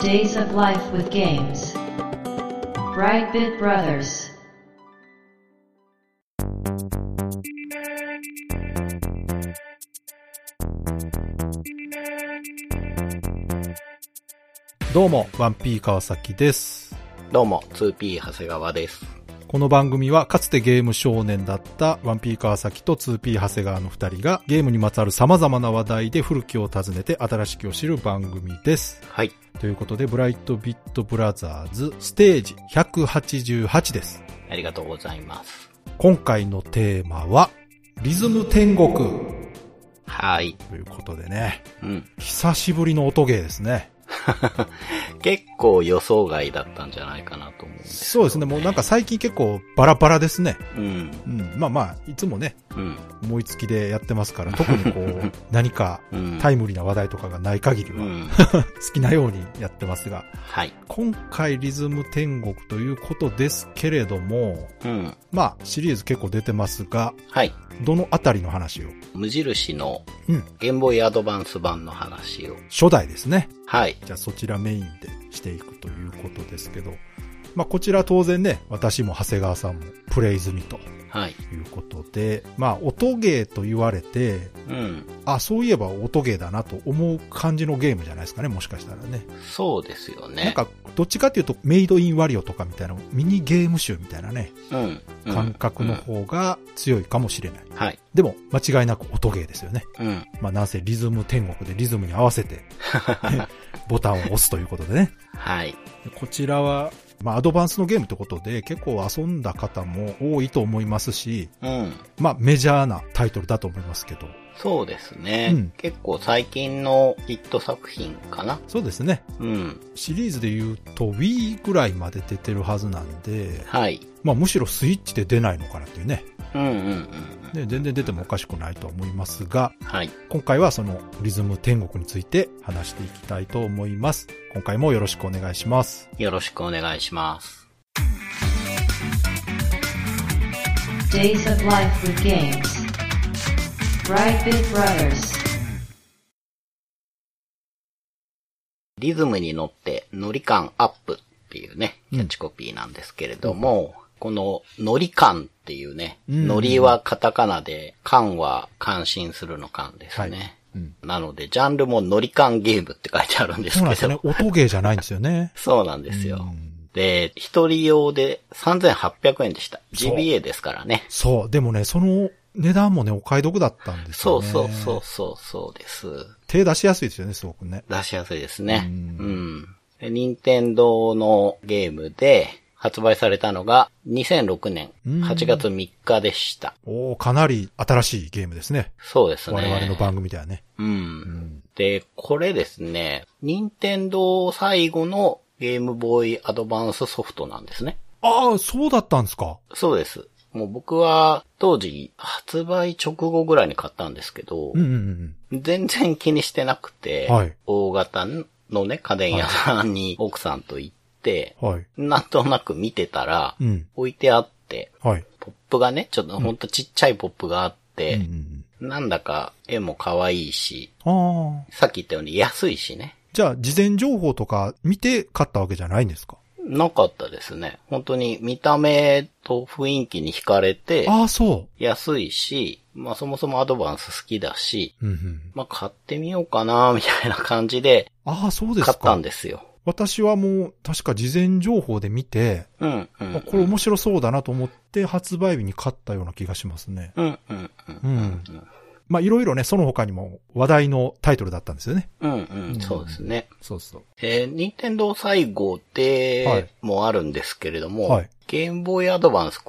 Days of Life with Games. Brightbit Brothers. どうも、1P 川崎です。 どうも、2P 長谷川です。 この番組はかつてゲーム少年だった 1P 川崎と 2P 長谷川の2人がゲームにまつわる様々な話題で古きを訪ねて新しきを知る番組です。 はい。 ということで、ブライトビットブラザーズステージ188です。 ありがとうございます。 今回のテーマは、リズム天国。 はい。 ということでね。 うん。 久しぶりの音ゲーですね。 結構予想外だったんじゃないかなと思うんです。 そうですね。もうなんか最近結構バラバラですね。 うん。 うん。まあまあ、いつもね、 うん、 思いつきでやってますから、特にこう、何かタイムリーな話題とかがない限りは、好きなようにやってますが、 はい。 今回リズム天国ということですけれども、まあ、シリーズ結構出てますが、 はい。 どのあたりの話を？ 無印のゲームボーイアドバンス版の話を。 初代ですね。 はい。 じゃあそちらメインでしていくということですけど、まあこちら当然ね、私も長谷川さんもプレイ済みと。はい。いうことで、まあ音ゲーと言われて、あ、そういえば音ゲーだなと思う感じのゲームじゃないですかね、もしかしたらね。 そうですよね。 なんか、どっちかっていうとメイドインワリオとかみたいなミニゲーム集みたいなね、感覚の方が強いかもしれない。はい。でも、間違いなく音ゲーですよね。まあなんせリズム天国でリズムに合わせて、ボタンを押すということでね。はい。こちらは、まあアドバンスのゲームってことで結構遊んだ方も多いと思いますし、まあメジャーなタイトルだと思いますけど。 そうですね。結構最近のヒット作品かな。 そうですね。シリーズで言うと Wii ぐらいまで出てるはずなんで、はい。まあむしろスイッチで出ないのかなっていうね。で全然出てもおかしくないと思いますが、はい、今回はそのリズム天国について話していきたいと思います。今回もよろしくお願いします。 よろしくお願いします。 Days of Life with Games. Brightbit Brothers. リズムに乗ってノリ感アップっていうね、キャッチコピーなんですけれども、このノリ感っていうね、ノリはカタカナで、感は感心するの感ですね。はい、なので、ジャンルもノリ感ゲームって書いてあるんですけど。そうなんですね。 音ゲーじゃないんですよね。 そうなんですよ。で、一人用で3800円でした。GBA ですからね。 そう。でもね、その値段もね、お買い得だったんですよね。 そうです。 手出しやすいですよね、すごくね。 出しやすいですね。で、任天堂のゲームで、発売されたのが2006年8月3日でした。 かなり新しいゲームですね。 そうですね。 我々の番組ではね。 で、これですね、任天堂最後のゲームボーイアドバンスソフトなんですね。 ああ、そうだったんですか。 そうです。もう僕は当時発売直後ぐらいに買ったんですけど、全然気にしてなくて、大型のね、家電屋さんに奥さんと行って、なんとなく見てたら、置いてあって、ポップがね、ちょっとほんとちっちゃいポップがあって、なんだか絵も可愛いし、さっき言ったように安いしね。 じゃあ、事前情報とか見て買ったわけじゃないんですか？ なかったですね。本当に見た目と雰囲気に惹かれて、安いし、まあそもそもアドバンス好きだし、まあ買ってみようかな、みたいな感じで、買ったんですよ。 私はもう確か事前情報で見て、これ面白そうだなと思って発売日に買ったような気がしますね。まあいろいろね、その他にも話題のタイトルだったんですよね。 そうですね。 そうそう。 任天堂最後でもあるんですけれども、ゲームボーイアドバンス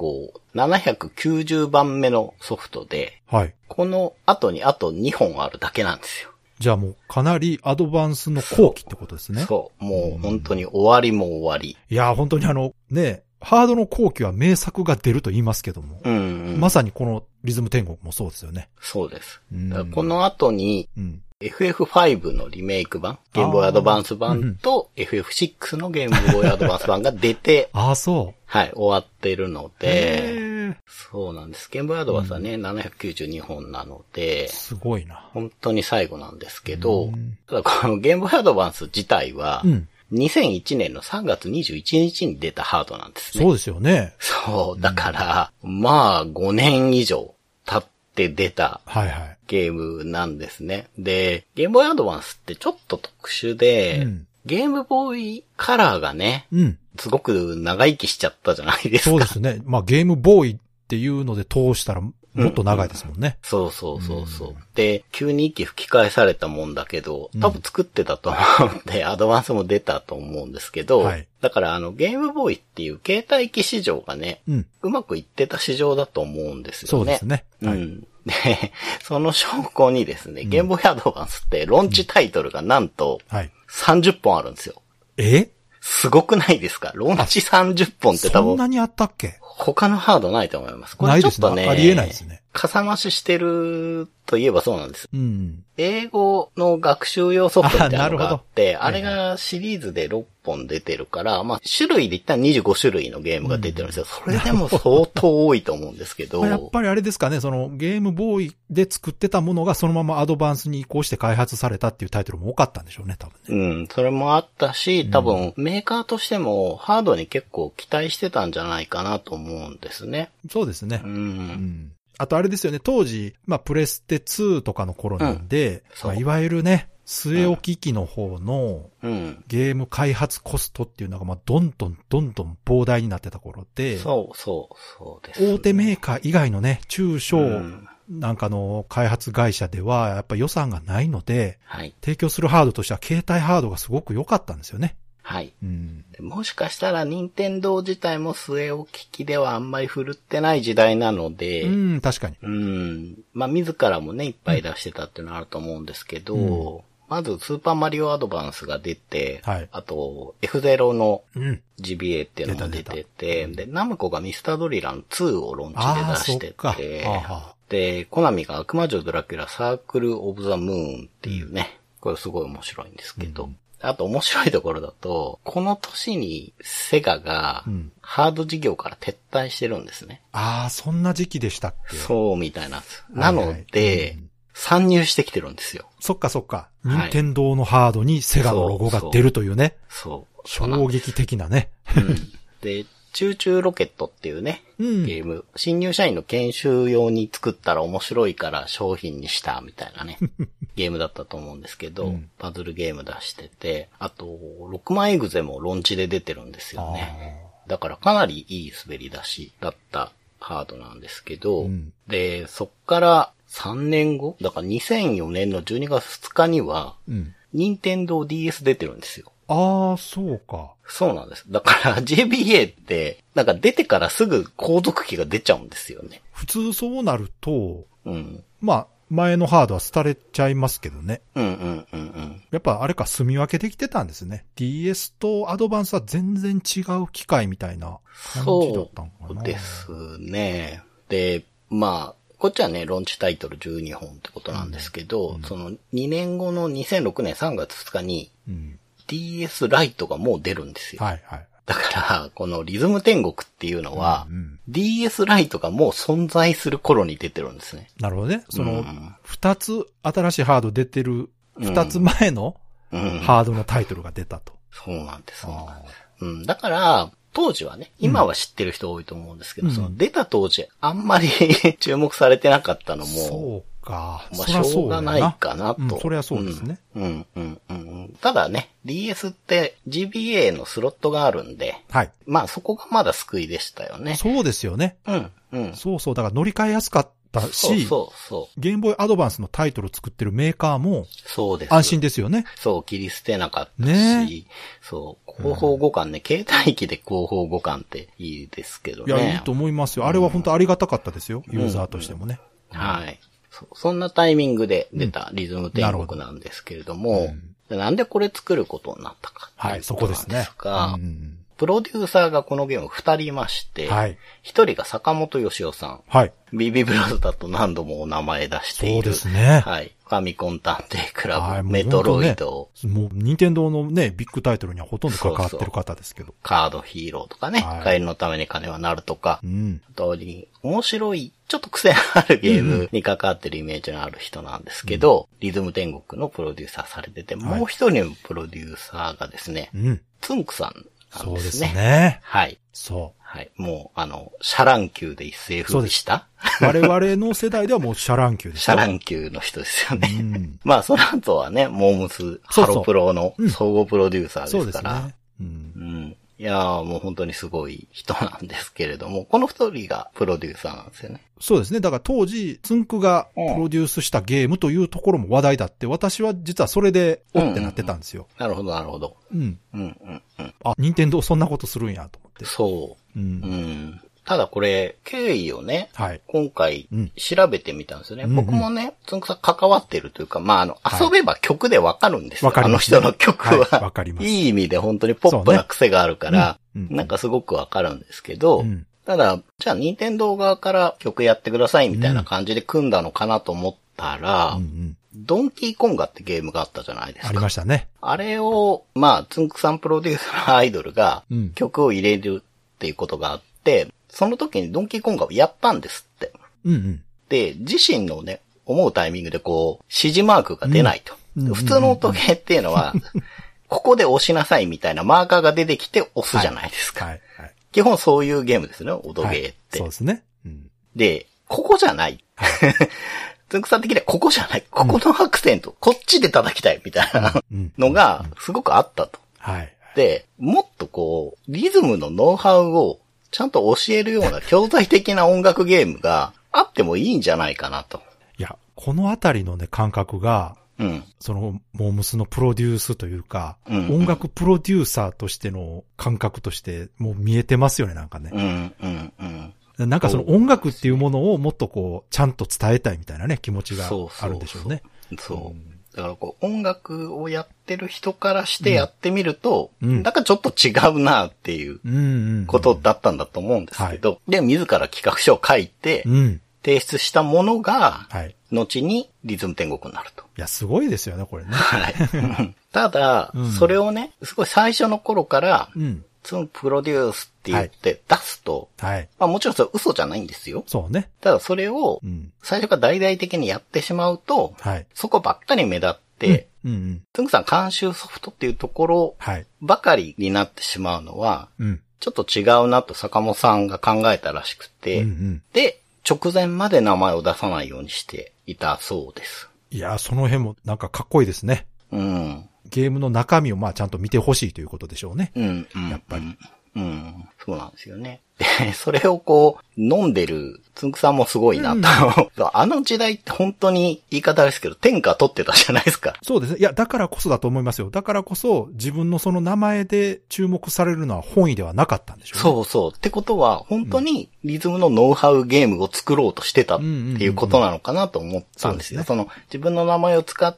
790番目のソフトで、この後にあと2本あるだけなんですよ。 じゃあもうかなりアドバンスの後期ってことですね。 そう。もう本当に終わりも終わり。 いや、本当にね、ハードの後期は名作が出ると言いますけども。まさにこのリズム天国もそうですよね。 そうです。この後に、FF5 のリメイク版、ゲームボーイアドバンス版と FF6 のゲームボーイアドバンス版が出て、 そう。 はい、終わってるので、そうなんです。ゲームボーイアドバンスはね、792本なので、 すごいな。 本当に最後なんですけど、ただこのゲームボーイアドバンス自体は、 2001年の3月21日に出たハードなんですね。 そうですよね。 そう、だから、まあ5年以上経って出たゲームなんですね。で、ゲームボーイアドバンスってちょっと特殊で、ゲームボーイカラーがね、すごく長生きしちゃったじゃないですか。 そうですね。まあゲームボーイっていうので通したらもっと長いですもんね。 そうそうそうそう。で、急に息吹き返されたもんだけど、多分作ってたと思うんで、アドバンスも出たと思うんですけど、だからゲームボーイっていう携帯機市場がね、うまくいってた市場だと思うんですよね。 そうですね。 で、その証拠にですね、ゲームボーイアドバンスってローンチタイトルがなんと30本あるんですよ。すごくないですか？ローンチ30本って多分。 そんなにあったっけ？ 他のハードないと思います。これちょっとね、 ありえないですね。 かさ増ししてるといえばそうなんです。英語の学習用ソフトみたいなのがあって、あれがシリーズで6本出てるから、まあ種類で言ったら25種類のゲームが出てるんですよ。それでも相当多いと思うんですけど。 やっぱりあれですかね、そのゲームボーイで作ってたものがそのままアドバンスに移行して開発されたっていうタイトルも多かったんでしょうね、多分ね。 それもあったし、多分メーカーとしてもハードに結構期待してたんじゃないかなと思うんですね。 そうですね。あとあれですよね、当時、まあプレステ2とかの頃なんで、まあ、いわゆるね、据え置き機の方のゲーム開発コストっていうのがまあどんどん膨大になってた頃で、 そうです、ね。 大手メーカー以外のね、中小なんかの開発会社ではやっぱ予算がないので、提供するハードとしては携帯ハードがすごく良かったんですよね。もしかしたら任天堂自体も据え置き機ではあんまり振るってない時代なので、 確かに。まあ自らもね、いっぱい出してたっていうのはあると思うんですけど、まずスーパーマリオアドバンスが出て、あと F0 の GBA っていうのも出てて、で、ナムコがミスタードリラン2をローンチで出してて、で、コナミが悪魔女ドラキュラサークルオブザムーンっていうね、これすごい面白いんですけど、あと面白いところだと、この年にセガがハード事業から撤退してるんですね。 そんな時期でしたっけ？ そうみたいなんです。なので、参入してきてるんですよ。 そっか。任天堂のハードにセガのロゴが出るというね。衝撃的なね。 で、チューチューロケットっていうね、ゲーム、新入社員の研修用に作ったら面白いから商品にしたみたいなね、ゲームだったと思うんですけど、パズルゲーム出してて、あと、6万エグゼもロンチで出てるんですよね。だからかなりいい滑り出しだったハードなんですけど、で、そっから3年後、だから2004年の12月2日には、任天堂 DS 出てるんですよ。 そうか。 そうなんです。だから JBA って、なんか出てからすぐ後続機が出ちゃうんですよね。 普通そうなると、まあ、前のハードは廃れちゃいますけどね。やっぱあれか住み分けできてたんですね。DS とアドバンスは全然違う機械みたいな感じだったのかな。 そうですね。で、まあ、こっちはね、ローンチタイトル12本ってことなんですけど、その2年後の2006年3月2日に、DS ライトがもう出るんですよ。だから、このリズム天国っていうのは、DS ライトがもう存在する頃に出てるんですね。 なるほどね。その、2つ新しいハード出てる、2つ前のハードのタイトルが出たと。 そうなんです。だから、当時はね、今は知ってる人多いと思うんですけど、その出た当時、あんまり注目されてなかったのも、 そうか。 まあ、しょうがないかなと。 それはそうですね。 ただね、DS って GBA のスロットがあるんで、まあそこがまだ救いでしたよね。 そうですよね。そう。だから乗り換えやすかったし、ゲームボーイアドバンスのタイトル作ってるメーカーも、安心ですよね。 そう、切り捨てなかったし、そう、広報互換ね、携帯機で広報互換っていいですけどね。 いや、いいと思いますよ。あれは本当ありがたかったですよ。ユーザーとしてもね。 そんなタイミングで出たリズム天国なんですけれども、なんでこれ作ることになったかっていうことなんですが、プロデューサーがこのゲーム2人いまして、1人が坂本義雄さん。BB ブラザーだと何度もお名前出している。 そうですね。 ファミコン探偵クラブ、メトロイド。 もう、任天堂のね、ビッグタイトルにはほとんど関わってる方ですけど。 カードヒーローとかね、カエルのために金はなるとか、あとに、面白い、ちょっと癖のあるゲームに関わってるイメージのある人なんですけど、リズム天国のプロデューサーされてて、もう一人のプロデューサーがですね、つんくさんなんですね。 そうですね。 はい。 そう。 はい。もう、シャラン級で一世風靡した。 我々の世代ではもうシャラン級ですよ。シャラン級の人ですよね。まあ、その後はね、モームス、ハロプロの総合プロデューサーですから。そうですね。いやーもう本当にすごい人なんですけれども、この二人がプロデューサーなんですよね。 そうですね。だから当時、つんくがプロデュースしたゲームというところも話題だって、私は実はそれで、ってなってたんですよ。 なるほど、なるほど。 あ、任天堂そんなことするんやと思って。 そう。ただこれ、経緯をね、今回調べてみたんですよね。僕もね、つんくさん関わってるというか、まあ遊べば曲でわかるんですよ。あの人の曲は。わかります。いい意味で本当にポップな癖があるから、なんかすごくわかるんですけど、ただ、じゃあ任天堂側から曲やってくださいみたいな感じで組んだのかなと思ったら、ドンキーコンガってゲームがあったじゃないですか。 ありましたね。 あれを、まあ、つんくさんプロデューサーのアイドルが曲を入れるっていうことがあって、その時にドンキーコンガをやったんですって。で、自身のね、思うタイミングでこう、指示マークが出ないと。普通の音ゲーっていうのは、ここで押しなさいみたいなマーカーが出てきて押すじゃないですか。基本そういうゲームですね、音ゲーって。 そうですね。 で、ここじゃない。つんくさん的にはここじゃない。ここのアクセント、こっちで叩きたいみたいなのがすごくあったと。で、もっとこう、リズムのノウハウをちゃんと教えるような教材的な音楽ゲームがあってもいいんじゃないかなと。 いや、このあたりのね、感覚が、その、モームスのプロデュースというか、音楽プロデューサーとしての感覚として、もう見えてますよね、なんかね。なんかその音楽っていうものをもっとこう、ちゃんと伝えたいみたいなね、気持ちがあるんでしょうね。 だからこう、音楽をやってる人からしてやってみると、なんかちょっと違うなっていうことだったんだと思うんですけど、で、自ら企画書を書いて、提出したものが、後にリズム天国になると。 いや、すごいですよね、これね。 ただ、それをね、すごい最初の頃から、そのプロデュースって言って出すと、まあもちろんそれ嘘じゃないんですよ。 そうね。 ただそれを、最初から大々的にやってしまうと、そこばっかり目立って、つんくさん監修ソフトっていうところばかりになってしまうのは、ちょっと違うなと坂本さんが考えたらしくて、で、直前まで名前を出さないようにしていたそうです。 いや、その辺もなんかかっこいいですね。ゲームの中身をまあちゃんと見てほしいということでしょうね。やっぱり。 そうなんですよね。で、それをこう、飲んでるつんくさんもすごいなと。あの時代って本当に言い方ですけど、天下取ってたじゃないですか。 そうですね。いや、だからこそだと思いますよ。だからこそ、自分のその名前で注目されるのは本意ではなかったんでしょうね。 そうそう。ってことは、本当にリズムのノウハウゲームを作ろうとしてたっていうことなのかなと思ったんですよ。その、自分の名前を使った、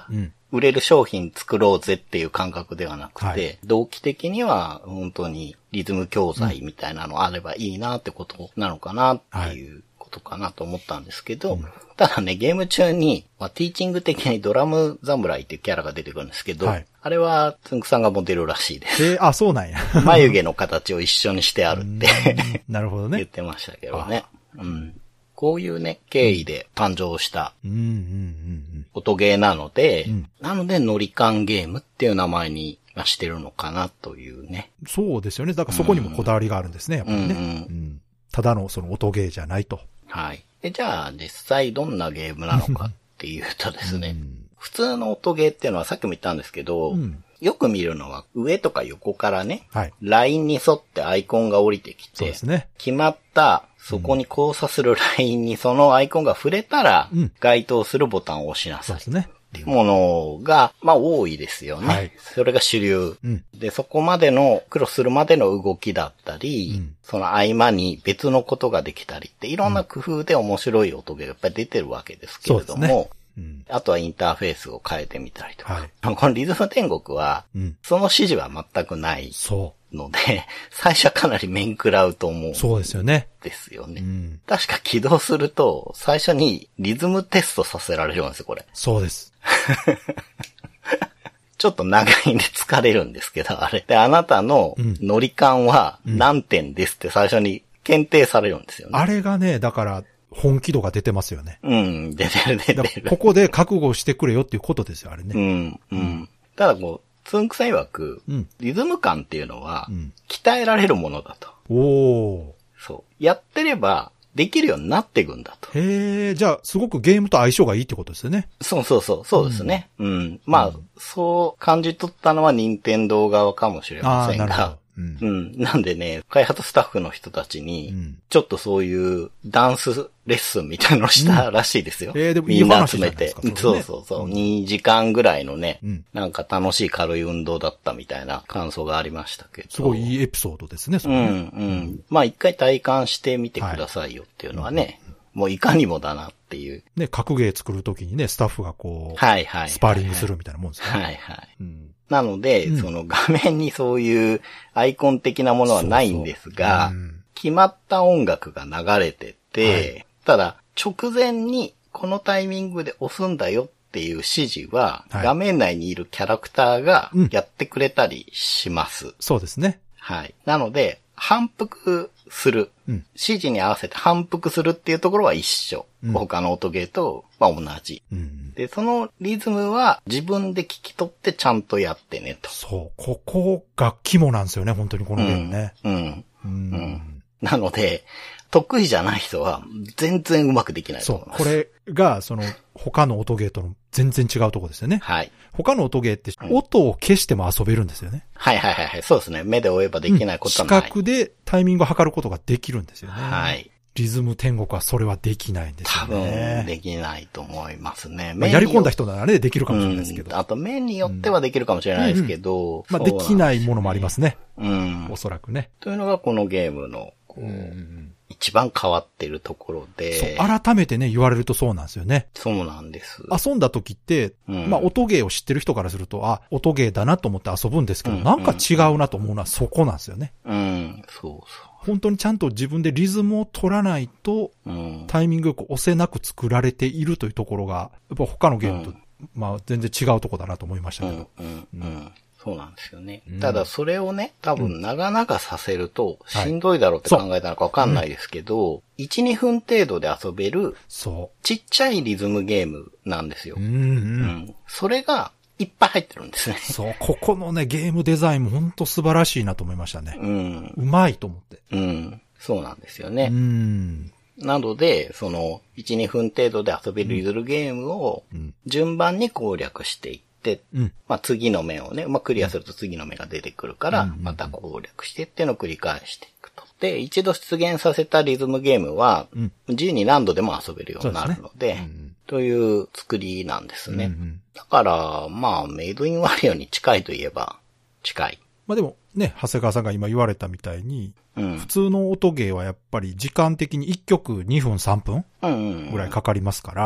売れる商品作ろうぜっていう感覚ではなくて、動機的には本当にリズム教材みたいなのあればいいなってことなのかなっていうことかなと思ったんですけど、ただね、ゲーム中に、ティーチング的にドラム侍っていうキャラが出てくるんですけど、あれはつんくさんがモデルらしいです。 あ、そうなんや。 眉毛の形を一緒にしてあるってなるほどね。 言ってましたけどね。こういうね、経緯で誕生した音ゲーなので、ノリカンゲームっていう名前にしてるのかなというね。 そうですよね。だからそこにもこだわりがあるんですね、やっぱりね。ただのその音ゲーじゃないと。 はい。で、じゃあ実際どんなゲームなのかっていうとですね、普通の音ゲーっていうのはさっきも言ったんですけど、よく見るのは上とか横からね、ラインに沿ってアイコンが降りてきて、決まったそこに交差するラインにそのアイコンが触れたら、該当するボタンを押しなさい。っていうものが、まあ多いですよね。それが主流。で、そこまでの、クロスするまでの動きだったり、その合間に別のことができたりって、いろんな工夫で面白い音がやっぱり出てるわけですけれども、 あとはインターフェースを変えてみたりとか。このリズム天国は、その指示は全くないので、最初はかなり面食らうと思う。 そうですよね。 ですよね。確か起動すると、最初にリズムテストさせられるんですよ、これ。 そうです。 ちょっと長いんで疲れるんですけど、あれ。で、あなたの乗り感は何点ですって最初に検定されるんですよね。 あれがね、だから、本気度が出てますよね。 出てる。 ここで覚悟してくれよっていうことですよ、あれね。 ただこう、つんくさん曰く、リズム感っていうのは、鍛えられるものだと。そう。やってれば、できるようになっていくんだと。 じゃあ、すごくゲームと相性がいいってことですよね。 そうですね。まあ、そう感じ取ったのは任天堂側かもしれませんが。なんでね、開発スタッフの人たちに、ちょっとそういうダンスレッスンみたいなのをしたらしいですよ。 でもいい話じゃないですか。 みんな集めて。そう。2時間ぐらいのね、なんか楽しい軽い運動だったみたいな感想がありましたけど。 すごいいいエピソードですね、それね。 まあ一回体感してみてくださいよっていうのはね、もういかにもだなっていう。 ね、格ゲー作るときにね、スタッフがこう、スパーリングするみたいなもんですね。なので、その画面にそういうアイコン的なものはないんですが、決まった音楽が流れてて、ただ直前にこのタイミングで押すんだよっていう指示は、画面内にいるキャラクターがやってくれたりします。 そうですね。 はい。なので、反復する、指示に合わせて反復するっていうところは一緒。他の音ゲーとは同じ。で、そのリズムは自分で聞き取ってちゃんとやってねと。 そう。ここが肝なんですよね、本当にこのゲームね。 なので、得意じゃない人は全然うまくできないと思います。 そう。これが、他の音ゲーとの全然違うところですよね。 はい。 他の音ゲーって音を消しても遊べるんですよね。 はい。そうですね。目で追えばできないことはない。 視覚でタイミングを測ることができるんですよね。 はい。 リズム天国はそれはできないんですよね。 多分できないと思いますね。 やり込んだ人ならね、できるかもしれないですけど。 あと面によってはできるかもしれないですけど。 できないものもありますね。おそらくね。 というのがこのゲームの、一番変わってるところで。 そう、改めてね、言われるとそうなんですよね。 そうなんです。 遊んだ時って、音ゲーを知ってる人からすると、音ゲーだなと思って遊ぶんですけど、なんか違うなと思うのはそこなんですよね。 そう本当にちゃんと自分でリズムを取らないと、タイミングよく押せなく作られているというところが、やっぱ他のゲームと、全然違うところだなと思いましたけど。 そうなんですよね。ただそれをね、多分長々させるとしんどいだろうって考えたのかわかんないですけど、1、2分程度で遊べる、ちっちゃいリズムゲームなんですよ。それがいっぱい入ってるんですね。 そう、ここのね、ゲームデザインも本当素晴らしいなと思いましたね。うまいと思って。 そうなんですよね。なので、その、1、2分程度で遊べるリズムゲームを順番に攻略していって、次の面をね、クリアすると次の面が出てくるから、また攻略してっていうのを繰り返していくと。で、一度出現させたリズムゲームは、自由に何度でも遊べるようになるので、という作りなんですね。だから、メイドインワリオに近いといえば、近い。 でもね、長谷川さんが今言われたみたいに、普通の音ゲーはやっぱり時間的に1曲2分3分ぐらいかかりますから、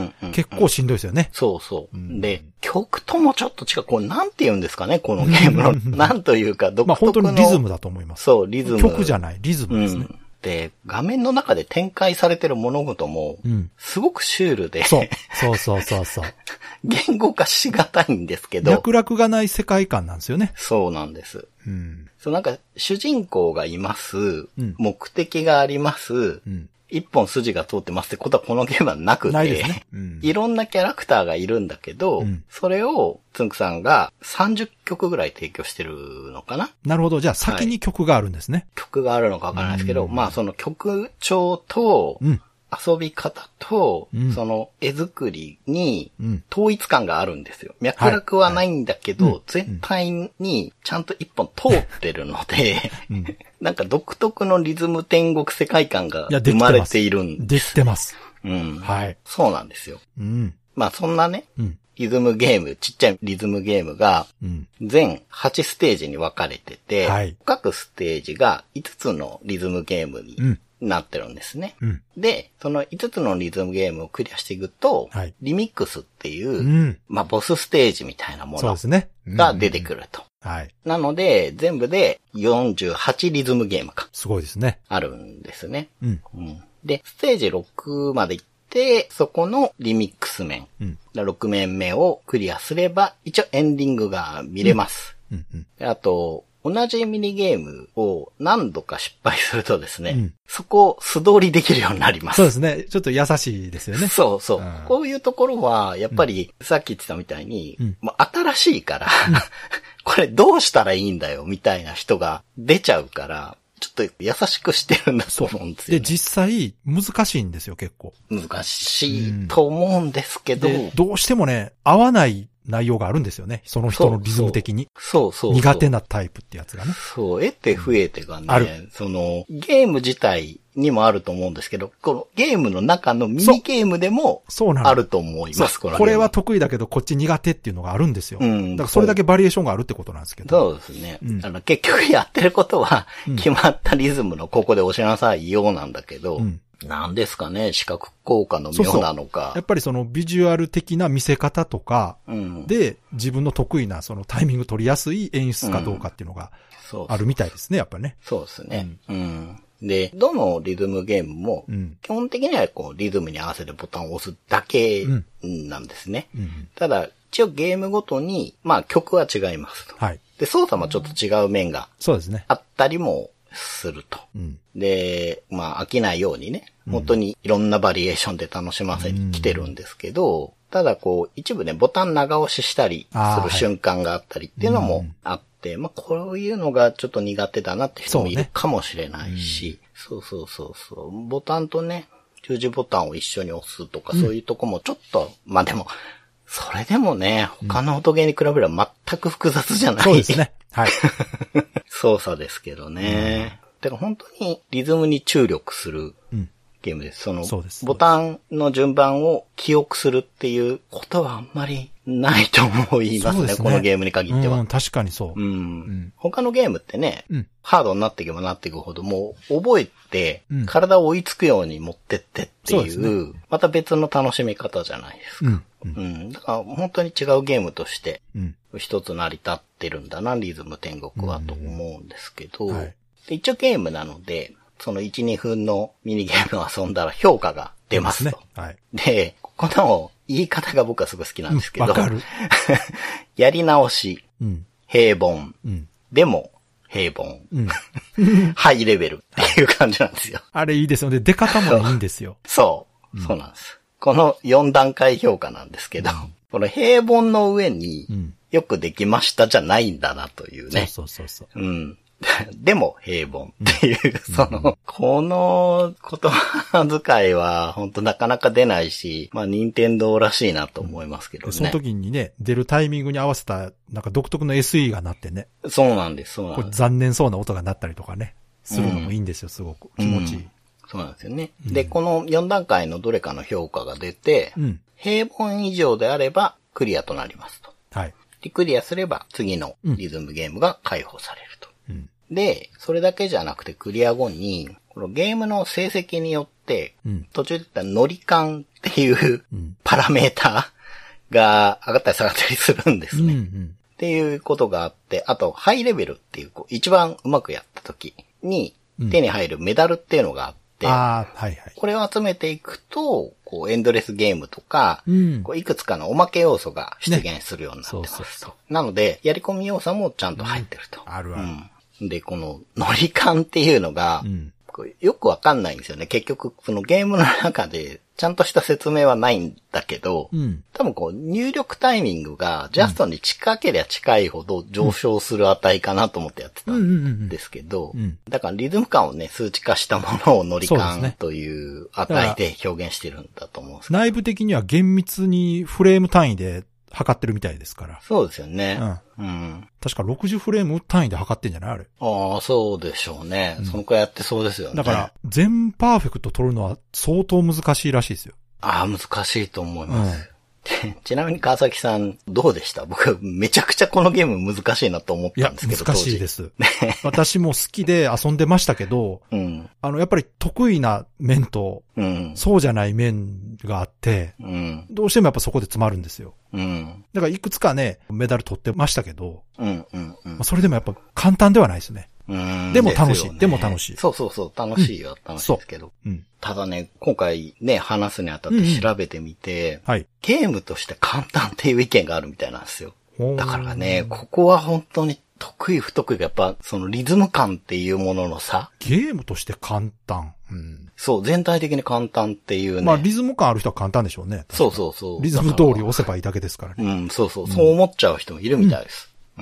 結構しんどいですよね。 そう。で、曲ともちょっと違う。これなんて言うんですかね、このゲームの。なんというか、独特の。 本当にリズムだと思います。 そう、リズム。 曲じゃない、リズムですね。 で、画面の中で展開されてる物事も、すごくシュールで、 そう。 言語化しがたいんですけど。 脈絡がない世界観なんですよね。 そうなんです。なんか、主人公がいます。目的があります。一本筋が通ってますってことはこのゲームはなくて。 ないですね。 いろんなキャラクターがいるんだけど、それを、つんくさんが30曲ぐらい提供してるのかな？ なるほど。じゃあ先に曲があるんですね。 曲があるのかわからないですけど、その曲調と、遊び方と、その絵作りに統一感があるんですよ。脈絡はないんだけど、全体にちゃんと一本通ってるので、なんか独特のリズム天国世界観が生まれているんです。 できてます。 はい。そうなんですよ。そんなね、リズムゲーム、ちっちゃいリズムゲームが、全8ステージに分かれてて、各ステージが5つのリズムゲームになってるんですね。で、その5つのリズムゲームをクリアしていくと、リミックスっていう、ボスステージみたいなものが出てくると。なので、全部で48リズムゲームか。 すごいですね。 あるんですね。で、ステージ6まで行って、そこのリミックス面、6面目をクリアすれば、一応エンディングが見れます。あと、同じミニゲームを何度か失敗するとですね、そこを素通りできるようになります。 そうですね。ちょっと優しいですよね。 そうそう。こういうところは、やっぱり、さっき言ってたみたいに、新しいから、これどうしたらいいんだよ、みたいな人が出ちゃうから、ちょっと優しくしてるんだと思うんですよ、ね。 で、実際、難しいんですよ、結構。 難しいと思うんですけど。 どうしてもね、合わない内容があるんですよね。その人のリズム的に。 そう。 苦手なタイプってやつがね。 そう、得て増えてがね、ゲーム自体にもあると思うんですけど、このゲームの中のミニゲームでもあると思います。 これは得意だけどこっち苦手っていうのがあるんですよ。だからそれだけバリエーションがあるってことなんですけど。そうですね。結局やってることは決まったリズムのここで押しなさいようなんだけど、なんですかね、視覚効果の妙なのか。 やっぱりそのビジュアル的な見せ方とかで、自分の得意なそのタイミング取りやすい演出かどうかっていうのがあるみたいですね、やっぱりね。 そうですね。で、どのリズムゲームも、基本的にはこうリズムに合わせてボタンを押すだけなんですね。ただ、一応ゲームごとに、曲は違いますと。で、操作もちょっと違う面があったりもすると。で、飽きないようにね、本当にいろんなバリエーションで楽しませに来てるんですけど、ただこう、一部ね、ボタン長押ししたりする瞬間があったりっていうのもあって、こういうのがちょっと苦手だなって人もいるかもしれないし、そう。ボタンとね、十字ボタンを一緒に押すとか、そういうとこもちょっと、でも、それでもね、他の音ゲーに比べれば全く複雑じゃない。 そうですね。 操作ですけどね。だから本当にリズムに注力するゲームです。ボタンの順番を記憶するっていうことはあんまりないと思いますね、このゲームに限っては。 確かにそう。 他のゲームってね、ハードになっていけばなっていくほど、もう覚えて、体を追いつくように持ってってっていう、また別の楽しみ方じゃないですか。だから本当に違うゲームとして、一つ成り立ってるんだな、リズム天国はと思うんですけど、一応ゲームなので、その1、2分のミニゲームを遊んだら評価が出ますと。で、この言い方が僕はすごい好きなんですけど、やり直し、平凡、でも平凡、ハイレベルっていう感じなんですよ。 あれいいですよね。出方もいいんですよ。 そうなんです。この4段階評価なんですけど、この平凡の上によくできましたじゃないんだなというね。でも平凡っていう、この言葉遣いは本当なかなか出ないし、任天堂らしいなと思いますけどね。 その時にね、出るタイミングに合わせた、なんか独特の SE が鳴ってね。 そうなんです。 これ残念そうな音が鳴ったりとかね、するのもいいんですよ、すごく。気持ちいい。 そうなんですよね。で、この4段階のどれかの評価が出て、平凡以上であればクリアとなりますと。で、クリアすれば次のリズムゲームが解放されると。で、それだけじゃなくてクリア後に、このゲームの成績によって、途中で言った乗り感っていうパラメーターが上がったり下がったりするんですね。っていうことがあって、あと、ハイレベルっていう、一番うまくやった時に手に入るメダルっていうのがあって、これを集めていくと、エンドレスゲームとか、いくつかのおまけ要素が出現するようになってますと。なので、やり込み要素もちゃんと入ってると。 ある。 で、この乗り感っていうのが、よくわかんないんですよね。結局、そのゲームの中でちゃんとした説明はないんだけど、多分入力タイミングがジャストに近ければ近いほど上昇する値かなと思ってやってたんですけど、だからリズム感をね、数値化したものを乗り感という値で表現してるんだと思うんですけど。 内部的には厳密にフレーム単位で測ってるみたいですから。 そうですよね。 確か60フレーム単位で測ってんじゃないあれ。 ああ、そうでしょうね。そのくらいやってそうですよね。 だから、全パーフェクト取るのは相当難しいらしいですよ。 ああ、難しいと思います。 ちなみに川崎さん、どうでした？僕、めちゃくちゃこのゲーム難しいなと思ったんですけど。 いや、難しいです。私も好きで遊んでましたけど、うん、やっぱり得意な面と、うん、そうじゃない面があって、うん、どうしてもやっぱそこで詰まるんですよ。うん、だからいくつかね、メダル取ってましたけど、うんうんうん、それでもやっぱ簡単ではないですね。でも楽しい、ね。でも楽しい。 そうそうそう、楽しいよ、楽しいですけど。うん、ただね、今回ね、話すにあたって調べてみて、はい、ゲームとして簡単っていう意見があるみたいなんですよ。だからね、ここは本当に得意不得意がやっぱ、そのリズム感っていうものの差。 ゲームとして簡単。 うん、そう、全体的に簡単っていうね。 まあ、リズム感ある人は簡単でしょうね。 そうそうそう。 リズム通り押せばいいだけですからね。 うん、そうそう。そう思っちゃう人もいるみたいです。うん。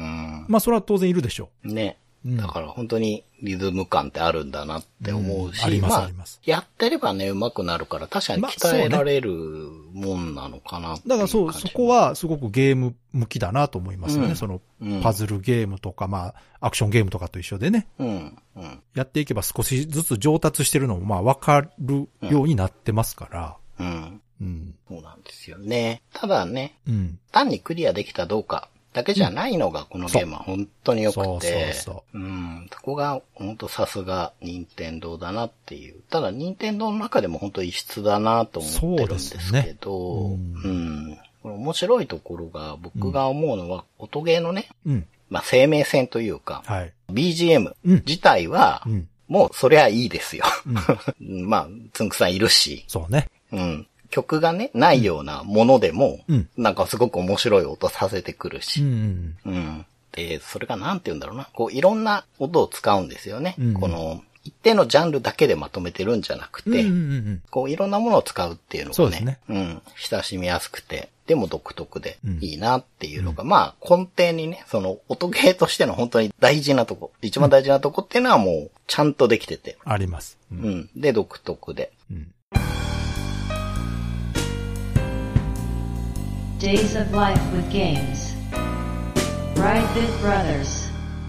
まあ、それは当然いるでしょう。 ね。だから本当にリズム感ってあるんだなって思うし、 ありますあります。 やってればね、上手くなるから確かに鍛えられるもんなのかなっていう感じ、 だからそう、そこはすごくゲーム向きだなと思いますよね。その、パズルゲームとか、まあ、アクションゲームとかと一緒でね。やっていけば少しずつ上達してるのもまあ分かるようになってますから。 そうなんですよね。ただね、単にクリアできたどうか。だけじゃないのがこのゲームは本当に良くて、そこが本当さすが任天堂だなっていう。ただ任天堂の中でも本当異質だなと思ってるんですけど、面白いところが僕が思うのは音ゲーのね、まあ生命線というか、BGM 自体はもうそりゃいいですよ。まあつんくさんいるし、 そうね。 曲がね、ないようなものでも、なんかすごく面白い音させてくるし。で、それがなんて言うんだろうな。こう、いろんな音を使うんですよね。この、一定のジャンルだけでまとめてるんじゃなくて、こう、いろんなものを使うっていうのがね、親しみやすくて、でも独特でいいなっていうのが、まあ、根底にね、その、音ゲーとしての本当に大事なとこ、一番大事なとこっていうのはもう、ちゃんとできてて。 あります。 で、独特で。 Days of Life with Games Brightbit Brothers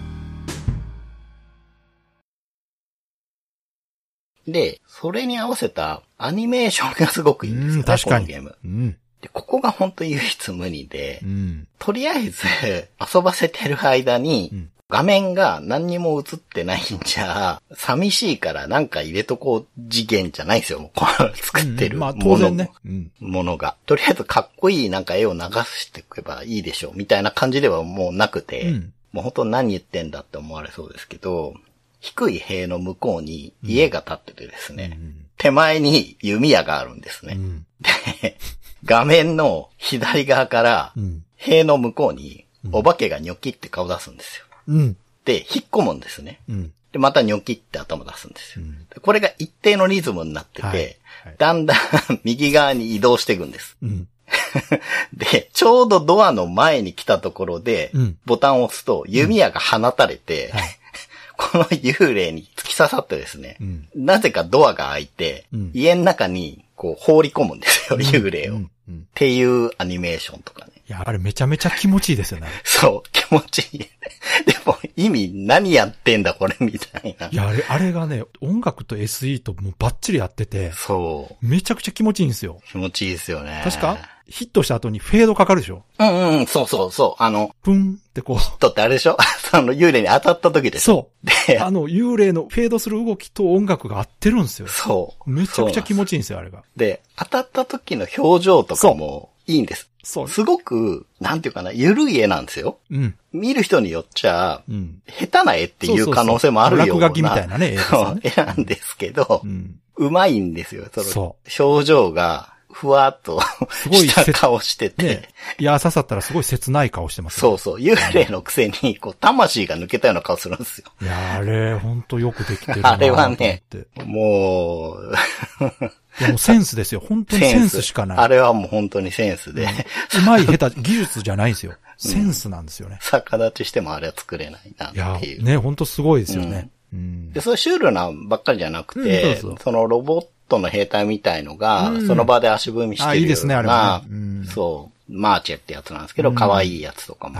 で、それに合わせたアニメーションがすごくいいんですよね、 確かにこのゲーム。で、ここが本当唯一無二で、とりあえず遊ばせてる間に、画面が何にも映ってないんじゃ、寂しいからなんか入れとこう次元じゃないですよ。もうこの作ってるもの、 まあ当然ね。 ものが。とりあえずかっこいいなんか絵を流していけばいいでしょう。みたいな感じではもうなくて、もう本当何言ってんだって思われそうですけど、低い塀の向こうに家が建っててですね、手前に弓矢があるんですね。で、画面の左側から塀の向こうにお化けがニョキって顔出すんですよ。で、引っ込むんですね。で、またニョキって頭出すんですよ。これが一定のリズムになってて、だんだん右側に移動していくんです。で、ちょうどドアの前に来たところで、ボタンを押すと弓矢が放たれて、この幽霊に突き刺さってですね、なぜかドアが開いて、家の中にこう放り込むんですよ、幽霊を。っていうアニメーションとかね。 いや、あれめちゃめちゃ気持ちいいですよね。 そう、気持ちいい。でも、意味何やってんだこれみたいな。 いや、あれがね、音楽と SE ともうバッチリやってて。 そう。 めちゃくちゃ気持ちいいんですよ。 気持ちいいですよね。 確かヒットした後にフェードかかるでしょ？ そうそうそう。 プンってこう。 ヒットってあれでしょ？幽霊に当たった時でしょ？ そう。で、幽霊のフェードする動きと音楽が合ってるんですよ。 そう。 めちゃくちゃ気持ちいいんですよ、あれが。 で、当たった時の表情とかもいいんです。そう。すごく、なんていうかな、ゆるい絵なんですよ。見る人によっちゃ、下手な絵っていう可能性もあるような。 落書きみたいなね、 絵なんですけど、うまいんですよ。そう。表情が、ふわっとした顔してて。 ね、いや、刺さったらすごい切ない顔してます、 ね。そうそう。幽霊のくせに、こう、魂が抜けたような顔するんですよ。 いや、あれ、ほんとよくできてるな。 あれはね、もう、 いやもうセンスですよ。本当にセンスしかない。 あれはもう本当にセンスで。 うまい下手、技術じゃないんですよ。センスなんですよね。 逆立ちしてもあれは作れないなっていう。 いや、ね、本当すごいですよね。 で、そういうシュールなばっかりじゃなくて、そのロボットの兵隊みたいのが、その場で足踏みしてるような、 いいですね、あれは、 そう、マーチェってやつなんですけど、可愛いやつとかもあっ 、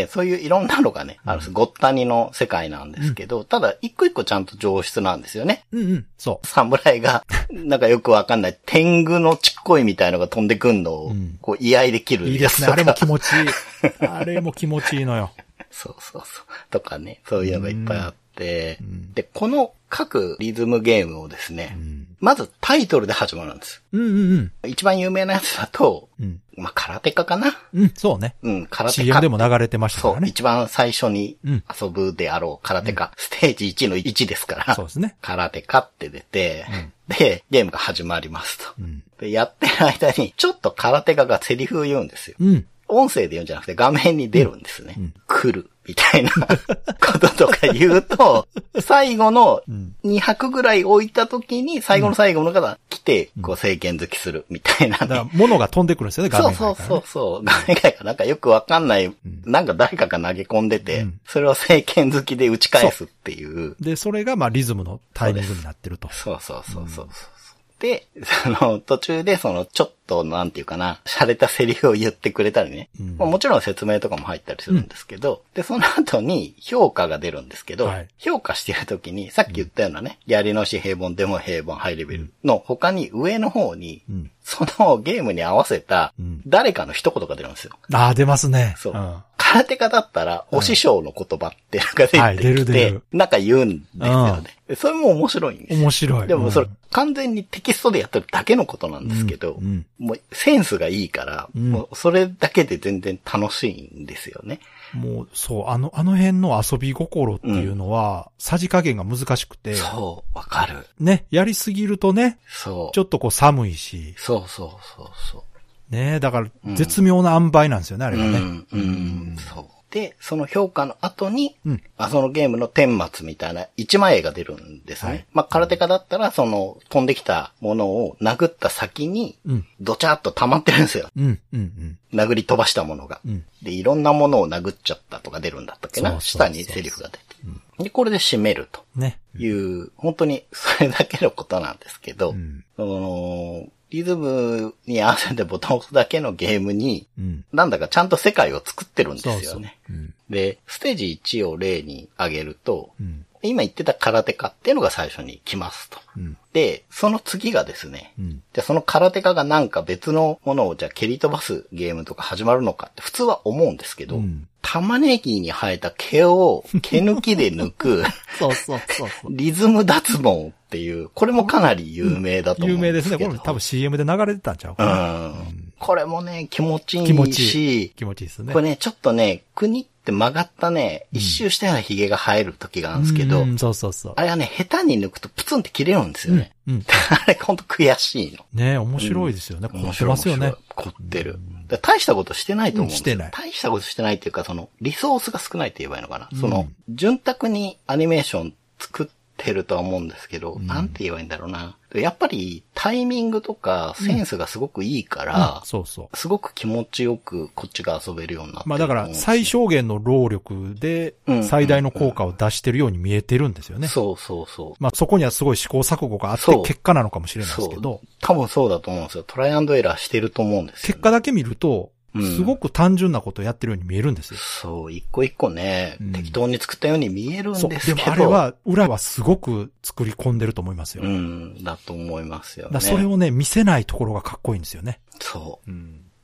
そういういろんなのがね、ごったにの世界なんですけど、ただ一個一個ちゃんと上質なんですよね。 そう。 侍が、なんかよくわかんない、天狗のちっこいみたいのが飛んでくんのを、こう、居合できる。 いいですね。あれも気持ちいい。あれも気持ちいいのよ。 そう。とかね、そういうのがいっぱいあって、で、この各リズムゲームをですね、まずタイトルで始まるんです。一番有名なやつだと、まあ、空手家かな。 そうね。 空手家。 CM でも流れてましたからね。 そう、一番最初に遊ぶであろう空手家。ステージ1の1ですから。 そうですね。 空手家って出て、で、ゲームが始まりますと。で、やってる間に、ちょっと空手家がセリフを言うんですよ。音声で言うんじゃなくて画面に出るんですね。来る。みたいなこととか言うと、最後の2拍ぐらい置いた時に、最後の最後の方が来て、こう、聖剣好きするみたいな、ね。 だから、物が飛んでくるんですよね、画面外から、ね。 そう。画面外からなんかよくわかんない、なんか誰かが投げ込んでて、それを聖剣好きで打ち返すっていう。 で、それがまあリズムのタイミングになってると。 そう。で、途中でちょっと、なんていうかな、洒落たセリフを言ってくれたりね。もちろん説明とかも入ったりするんですけど、で、その後に評価が出るんですけど、評価してる時に、さっき言ったようなね、やり直し平凡でも平凡ハイレベルの他に上の方に、そのゲームに合わせた誰かの一言が出るんですよ。 ああ、出ますね。 そう。空手家だったら、お師匠の言葉ってなんか出てきて、なんか言うんですよね。それも面白いんですよ。 面白い。 でもそれ、完全にテキストでやってるだけのことなんですけど、もうセンスがいいから、もうそれだけで全然楽しいんですよね。 もう、そう、あの辺の遊び心っていうのは、さじ加減が難しくて。 そう、わかる。 ね、やりすぎるとね、 そう。 ちょっとこう寒いし。 そう。 ね、だから、絶妙な塩梅なんですよね、あれがね。 そう。で、その評価の後に、そのゲームの顛末みたいな一枚絵が出るんですね。まあ、空手家だったら、飛んできたものを殴った先に、ドチャーっと溜まってるんですよ。殴り飛ばしたものが。で、いろんなものを殴っちゃったとか出るんだったっけな。下にセリフが出て。で、これで締めると。いう、本当にそれだけのことなんですけど、リズムに合わせてボタンを押すだけのゲームに、なんだかちゃんと世界を作ってるんですよね。で、ステージ1を例に挙げると、今言ってた空手家っていうのが最初に来ますと。で、その次がですね、じゃあその空手家がなんか別のものをじゃあ蹴り飛ばすゲームとか始まるのかって普通は思うんですけど、玉ねぎに生えた毛を毛抜きで抜くリズム脱毛っていう、これもかなり有名だと思うんですけど。 有名ですね。これ多分 CM で流れてたんちゃうかな。 これもね、気持ちいいし、 気持ちいいですね。 これね、ちょっとね、国って曲がったね、一周したような髭が生える時があるんですけど、 そう。 あれはね、下手に抜くとプツンって切れるんですよね。あれほんと悔しいの。 ね、面白いですよね。凝ってますよね。 凝ってる。大したことしてないと思うんですよ。 してない。 大したことしてないっていうか、リソースが少ないって言えばいいのかな。潤沢にアニメーション作ってるとは思うんですけど、なんて言えばいいんだろうな。やっぱりタイミングとかセンスがすごくいいから、すごく気持ちよくこっちが遊べるようになってる。 まあだから最小限の労力で最大の効果を出してるように見えてるんですよね。 そう。 まあそこにはすごい試行錯誤があって結果なのかもしれないですけど。 多分そうだと思うんですよ。トライアンドエラーしてると思うんですよ、ね。 結果だけ見ると、すごく単純なことをやってるように見えるんですよ。 そう、一個一個ね、適当に作ったように見えるんですけど。 でもあれは、裏はすごく作り込んでると思いますよ。 だと思いますよね。 それをね、見せないところがかっこいいんですよね。 そう。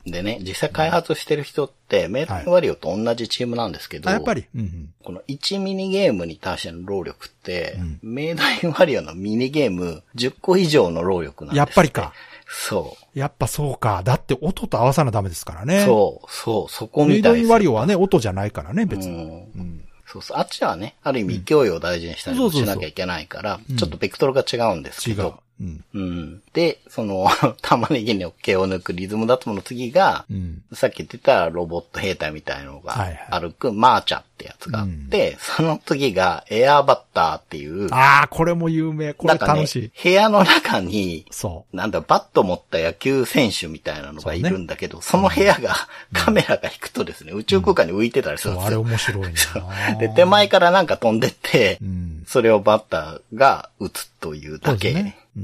でね、実際開発してる人って、メイドインワリオと同じチームなんですけど、 やっぱり、 この1ミニゲームに対しての労力って、メイドインワリオのミニゲーム10個以上の労力なんです。 やっぱりか。 そう。 やっぱそうか。だって音と合わさなダメですからね。 そこみたいです。 メイドインワリオはね、音じゃないからね、別に。 そう。あっちはね、ある意味勢いを大事にしたりもしなきゃいけないから、ちょっとベクトルが違うんですけど。で、玉ねぎの毛を抜くリズム脱毛の次が、さっき言ってたロボット兵隊みたいなのが歩くマーチャってやつがあって、その次がエアーバッターっていう。 ああ、これも有名。これ楽しい。 ね、部屋の中に、なんだ、バット持った野球選手みたいなのがいるんだけど、その部屋がカメラが引くとですね、宇宙空間に浮いてたりするんですよ。 あれ面白いね。 で、手前からなんか飛んでって、それをバッターが撃つというだけ。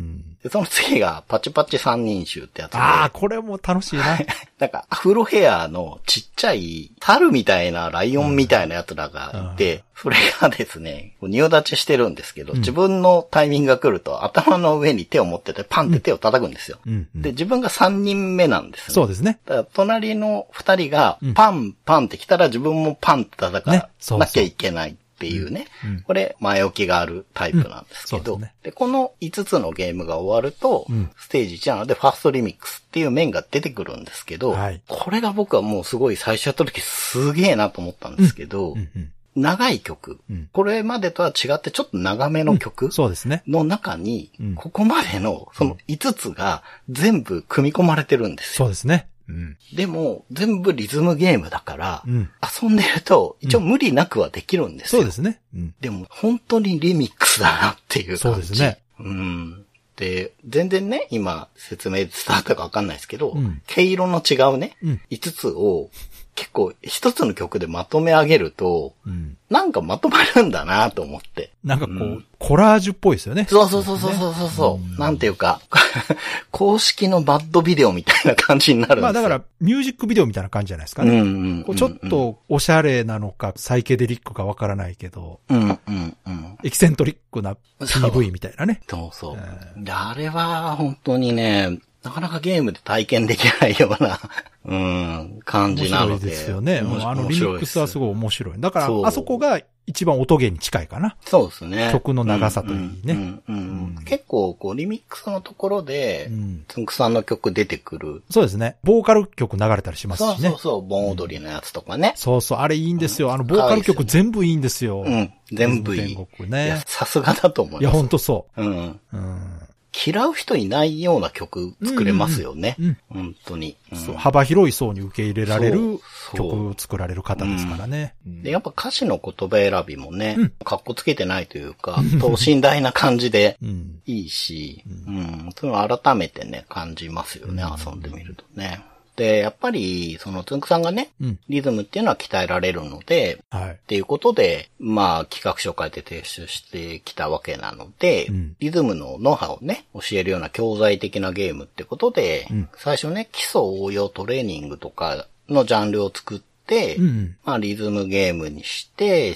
で、その次がパチパチ三人衆ってやつで。 ああ、これも楽しいな。 なんか、アフロヘアのちっちゃい、猿みたいなライオンみたいなやつらがいて、それがですね、仁王立ちしてるんですけど、自分のタイミングが来ると頭の上に手を持っててパンって手を叩くんですよ。で、自分が3人目なんですね。 そうですね。 だから隣の2人がパンパンって来たら自分もパンって叩かなきゃいけないっていうね。これ、前置きがあるタイプなんですけど、で、この5つのゲームが終わると、ステージ1なのでファーストリミックスっていう面が出てくるんですけど、これが僕はもうすごい最初やった時すげえなと思ったんですけど、長い曲、これまでとは違ってちょっと長めの曲の中に、ここまでのその5つが全部組み込まれてるんですよ。 そうですね。 でも、全部リズムゲームだから、遊んでると、一応無理なくはできるんですよ。 そうですね。 でも、本当にリミックスだなっていう感じ。 そうですね。 で、全然ね、今、説明伝わったかわかんないですけど、毛色の違うね、5つを、結構一つの曲でまとめ上げると、なんかまとまるんだなと思って。 なんかこう、コラージュっぽいですよね。 そう。なんていうか、公式のバッドビデオみたいな感じになるんですよ。 まあだから、ミュージックビデオみたいな感じじゃないですかね。ちょっとおしゃれなのか、サイケデリックかわからないけど、エキセントリックな PV みたいなね。 そう。あれは本当にね、なかなかゲームで体験できないような、感じなので。 面白いですよね。もうリミックスはすごい面白い。だから、あそこが一番音ゲーに近いかな。 そうですね。 曲の長さといいね。 結構、こう、リミックスのところで、つんくさんの曲出てくる。 そうですね。ボーカル曲流れたりしますしね。 そう、盆踊りのやつとかね。 そう、あれいいんですよ。ボーカル曲全部いいんですよ。 全部いい。 天国ね。 さすがだと思います。 いや、ほんとそう。 嫌う人いないような曲作れますよね。本当に。 幅広い層に受け入れられる曲を作られる方ですからね。 で、やっぱ歌詞の言葉選びもね、かっこつけてないというか、等身大な感じでいいし、それを改めてね、感じますよね、遊んでみるとね。で、やっぱり、そのつんくさんがね、リズムっていうのは鍛えられるので、っていうことで、まあ、企画書を書いて提出してきたわけなので、リズムのノウハウをね、教えるような教材的なゲームってことで、最初ね、基礎応用トレーニングとかのジャンルを作って、まあ、リズムゲームにして、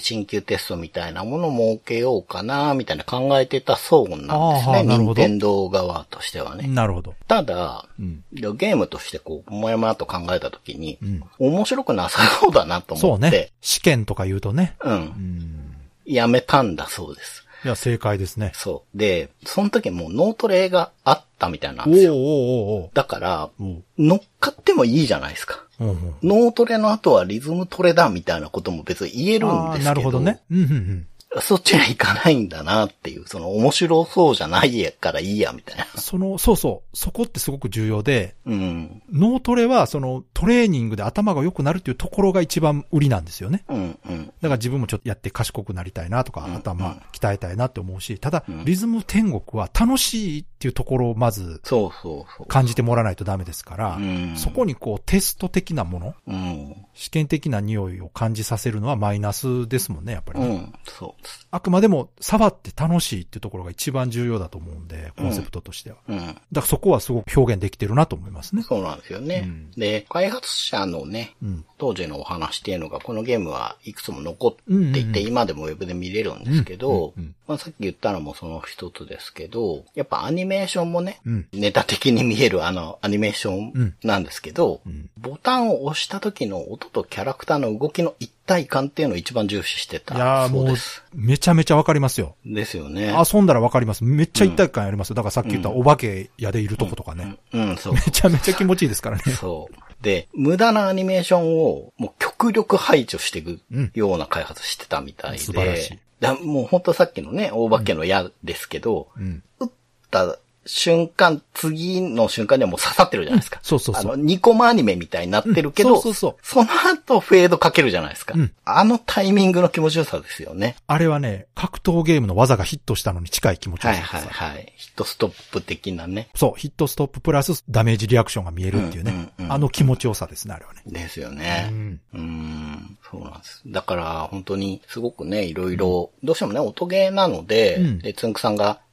進級テストみたいなものを設けようかな、みたいな考えてたそうなんですね。任天堂側としてはね。 なるほど。 ただ、ゲームとしてこう、もやもやと考えたときに、面白くなさそうだなと思って。そうね。 試験とか言うとね。 やめたんだそうです。 いや、正解ですね。 そう。で、その時もうノートレがあったみたいなんですよ。だから、乗っかってもいいじゃないですか。ノートレの後はリズムトレだみたいなことも別に言えるんですけど。 なるほどね。 そっちには行かないんだなっていう、その面白そうじゃないからいいやみたいな。 そこってすごく重要で、脳トレはそのトレーニングで頭が良くなるっていうところが一番売りなんですよね。だから自分もちょっとやって賢くなりたいなとか、頭鍛えたいなって思うし、ただ、リズム天国は楽しいっていうところをまず感じてもらわないとダメですから、そこにこうテスト的なもの、試験的な匂いを感じさせるのはマイナスですもんね、やっぱりね。あくまでも触って楽しいっていうところが一番重要だと思うんで、コンセプトとしては。だからそこはすごく表現できてるなと思いますね。 そうなんですよね。で、開発者のね、当時のお話っていうのが、このゲームはいくつも残っていて、今でもウェブで見れるんですけど、さっき言ったのもその一つですけど、やっぱアニメーションもね、ネタ的に見えるアニメーションなんですけど、ボタンを押した時の音とキャラクターの動きの一体感っていうのを一番重視してたそうです。 いや、もう、めちゃめちゃわかりますよ。 ですよね。 遊んだらわかります。めっちゃ一体感ありますよ。だからさっき言ったお化け屋でいるとことかね。 そう。 めちゃめちゃ気持ちいいですからね。 そう。で、無駄なアニメーションをもう極力排除していくような開発してたみたいで。 素晴らしい。 もうほんとさっきのね、大化けの矢ですけど、撃った瞬間、次の瞬間にはもう刺さってるじゃないですか。2コマアニメみたいになってるけど、その後フェードかけるじゃないですか。あのタイミングの気持ちよさですよね。 あれはね、格闘ゲームの技がヒットしたのに近い気持ちよさです。 ヒットストップ的なね。 そう、ヒットストッププラスダメージリアクションが見えるっていうね。あの気持ちよさですね、あれはね。 ですよね。そうなんです。だから本当にすごくね、いろいろ、どうしてもね、音ゲーなので、つんくさんが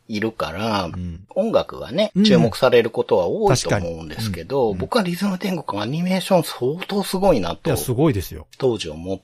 いるから、音楽がね、注目されることは多いと思うんですけど、僕はリズム天国アニメーション相当すごいなと。 いや、すごいですよ。 当時思って、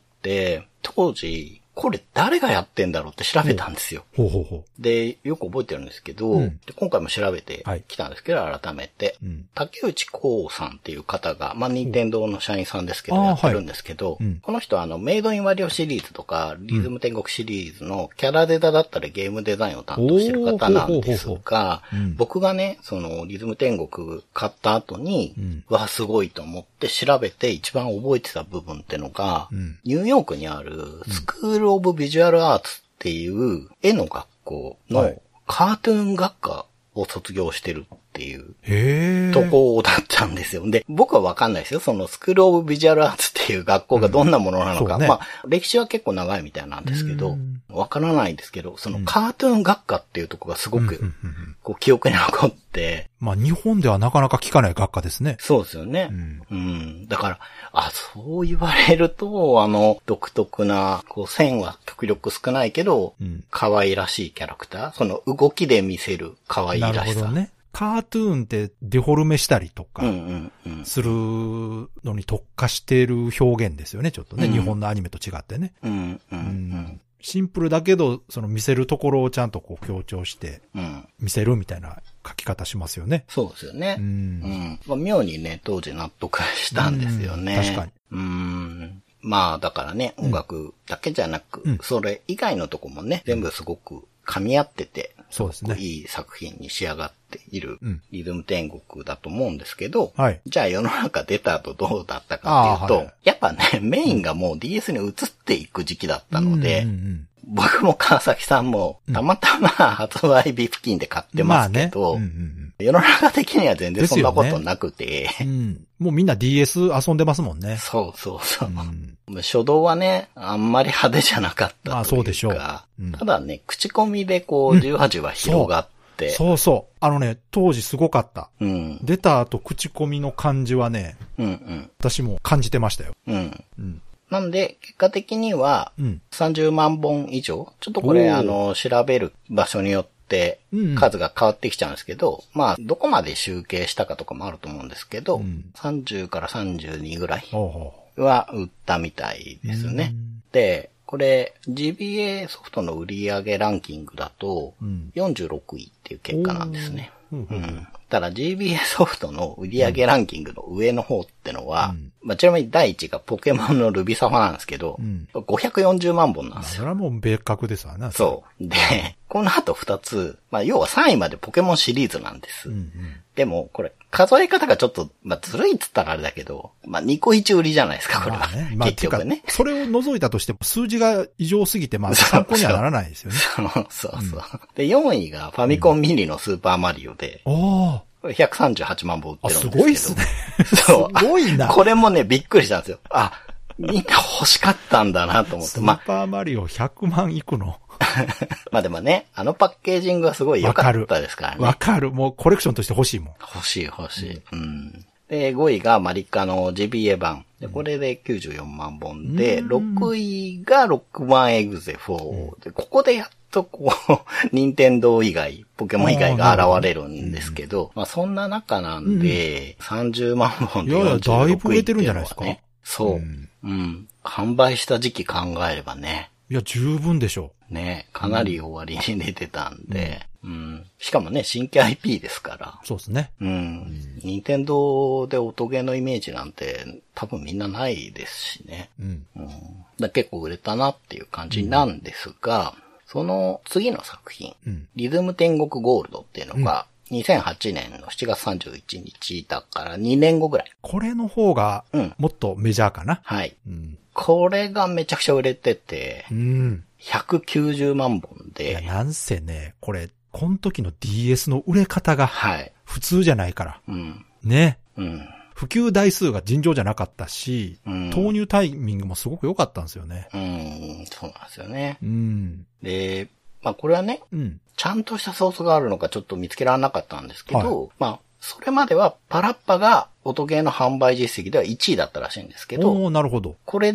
当時、これ誰がやってんだろうって調べたんですよ。で、よく覚えてるんですけど、今回も調べてきたんですけど、改めて、竹内光さんっていう方が、任天堂の社員さんですけど、やってるんですけど、この人はメイドインワリオシリーズとか、リズム天国シリーズのキャラデザだったりゲームデザインを担当してる方なんですが、僕がね、そのリズム天国買った後に、わ、すごいと思って調べて一番覚えてた部分ってのが、ニューヨークにあるスクールオブビジュアルアーツっていう絵の学校のカートゥーン学科を卒業してるっていうとこだったんですよ。で、僕はわかんないですよ。そのスクールオブビジュアルアーツっていう学校がどんなものなのか。まあ、歴史は結構長いみたいなんですけど、わからないですけど、そのカートゥーン学科っていうところがすごく、こう記憶に残って、 まあ日本ではなかなか聞かない学科ですね。 そうですよね。だから、そう言われると、独特な、こう線は極力少ないけど、可愛らしいキャラクター、その動きで見せる可愛らしさ。なるほどね。 カートゥーンってデフォルメしたりとか、するのに特化している表現ですよね、ちょっとね。日本のアニメと違ってね。シンプルだけど、その見せるところをちゃんとこう強調して、見せるみたいな書き方しますよね。 そうですよね。まあ、妙にね、当時納得したんですよね。 確かに。 まあ、だからね、音楽だけじゃなく、それ以外のとこもね、全部すごく噛み合ってて、 そうですね。 いい作品に仕上がっているリズム天国だと思うんですけど、じゃあ世の中出た後どうだったかっていうと、やっぱね、メインがもう DS に移っていく時期だったので、僕も川崎さんもたまたま発売日付近で買ってますけど、世の中的には全然そんなことなくて、 もうみんな DS 遊んでますもんね。 そうそうそう。初動はね、あんまり派手じゃなかったというか、 そうでしょう。 ただね、口コミでこう18は広がって、 そうそう。当時すごかった。出た後口コミの感じはね、私も感じてましたよ。なんで、結果的には、30万本以上、ちょっとこれ調べる場所によって数が変わってきちゃうんですけど、まあ、どこまで集計したかとかもあると思うんですけど、30から32ぐらいは売ったみたいですね。で、これ GBA ソフトの売上ランキングだと46位っていう結果なんですね。ただ GBA ソフトの売上ランキングの上の方ってのは、まあ、ちなみに第1がポケモンのルビサファなんですけど、540万本なんですよ。 それはもう別格ですわね。 そう。で、この後2つ、まあ、要は3位までポケモンシリーズなんです。でも、これ、数え方がちょっと、まあ、ずるいっつったらあれだけど、まあ、2個1売りじゃないですか、これは。結局ね。 それを除いたとしても、数字が異常すぎて、まあ、参考にはならないですよね。 そう。で、4位がファミコンミニのスーパーマリオで、これ138万本売ってるんですけど。 すごいっすね。 そう。 すごいな。 これもね、びっくりしたんですよ。みんな欲しかったんだなと思って。 スーパーマリオ100万いくの。 まあでもね、パッケージングはすごい良かったですからね。 わかる。もうコレクションとして欲しいもん。 欲しい。で、5位がマリカの GBA 版。で、これで94万本で、6位がロックマンエグゼ4。で、ここでやっとこう、任天堂以外、ポケモン以外が現れるんですけど、まあそんな中なんで、30万本で46位っていうのは、ね。いや、 だいぶ売れてるんじゃないですか。 そう。販売した時期考えればね。 いや、十分でしょう。ね、かなり終わりに出てたんで、しかもね、新規 IP ですから。 そうですね。 任天堂で音ゲーのイメージなんて多分みんなないですしね。だ結構売れたなっていう感じなんですが、その次の作品、リズム天国ゴールドっていうのが、2008年の7月31日だから2年後ぐらい。 これの方が、もっとメジャーかな。 はい。これがめちゃくちゃ売れてて、190万本で。 いや、なんせね、この時の DS の売れ方が、普通じゃないから。ね。普及台数が尋常じゃなかったし、投入タイミングもすごく良かったんですよね。 そうなんですよね。で、まあこれはね、ちゃんとしたソースがあるのかちょっと見つけられなかったんですけど、まあ、それまではパラッパが音ゲーの販売実績では1位だったらしいんですけど、 なるほど。 これで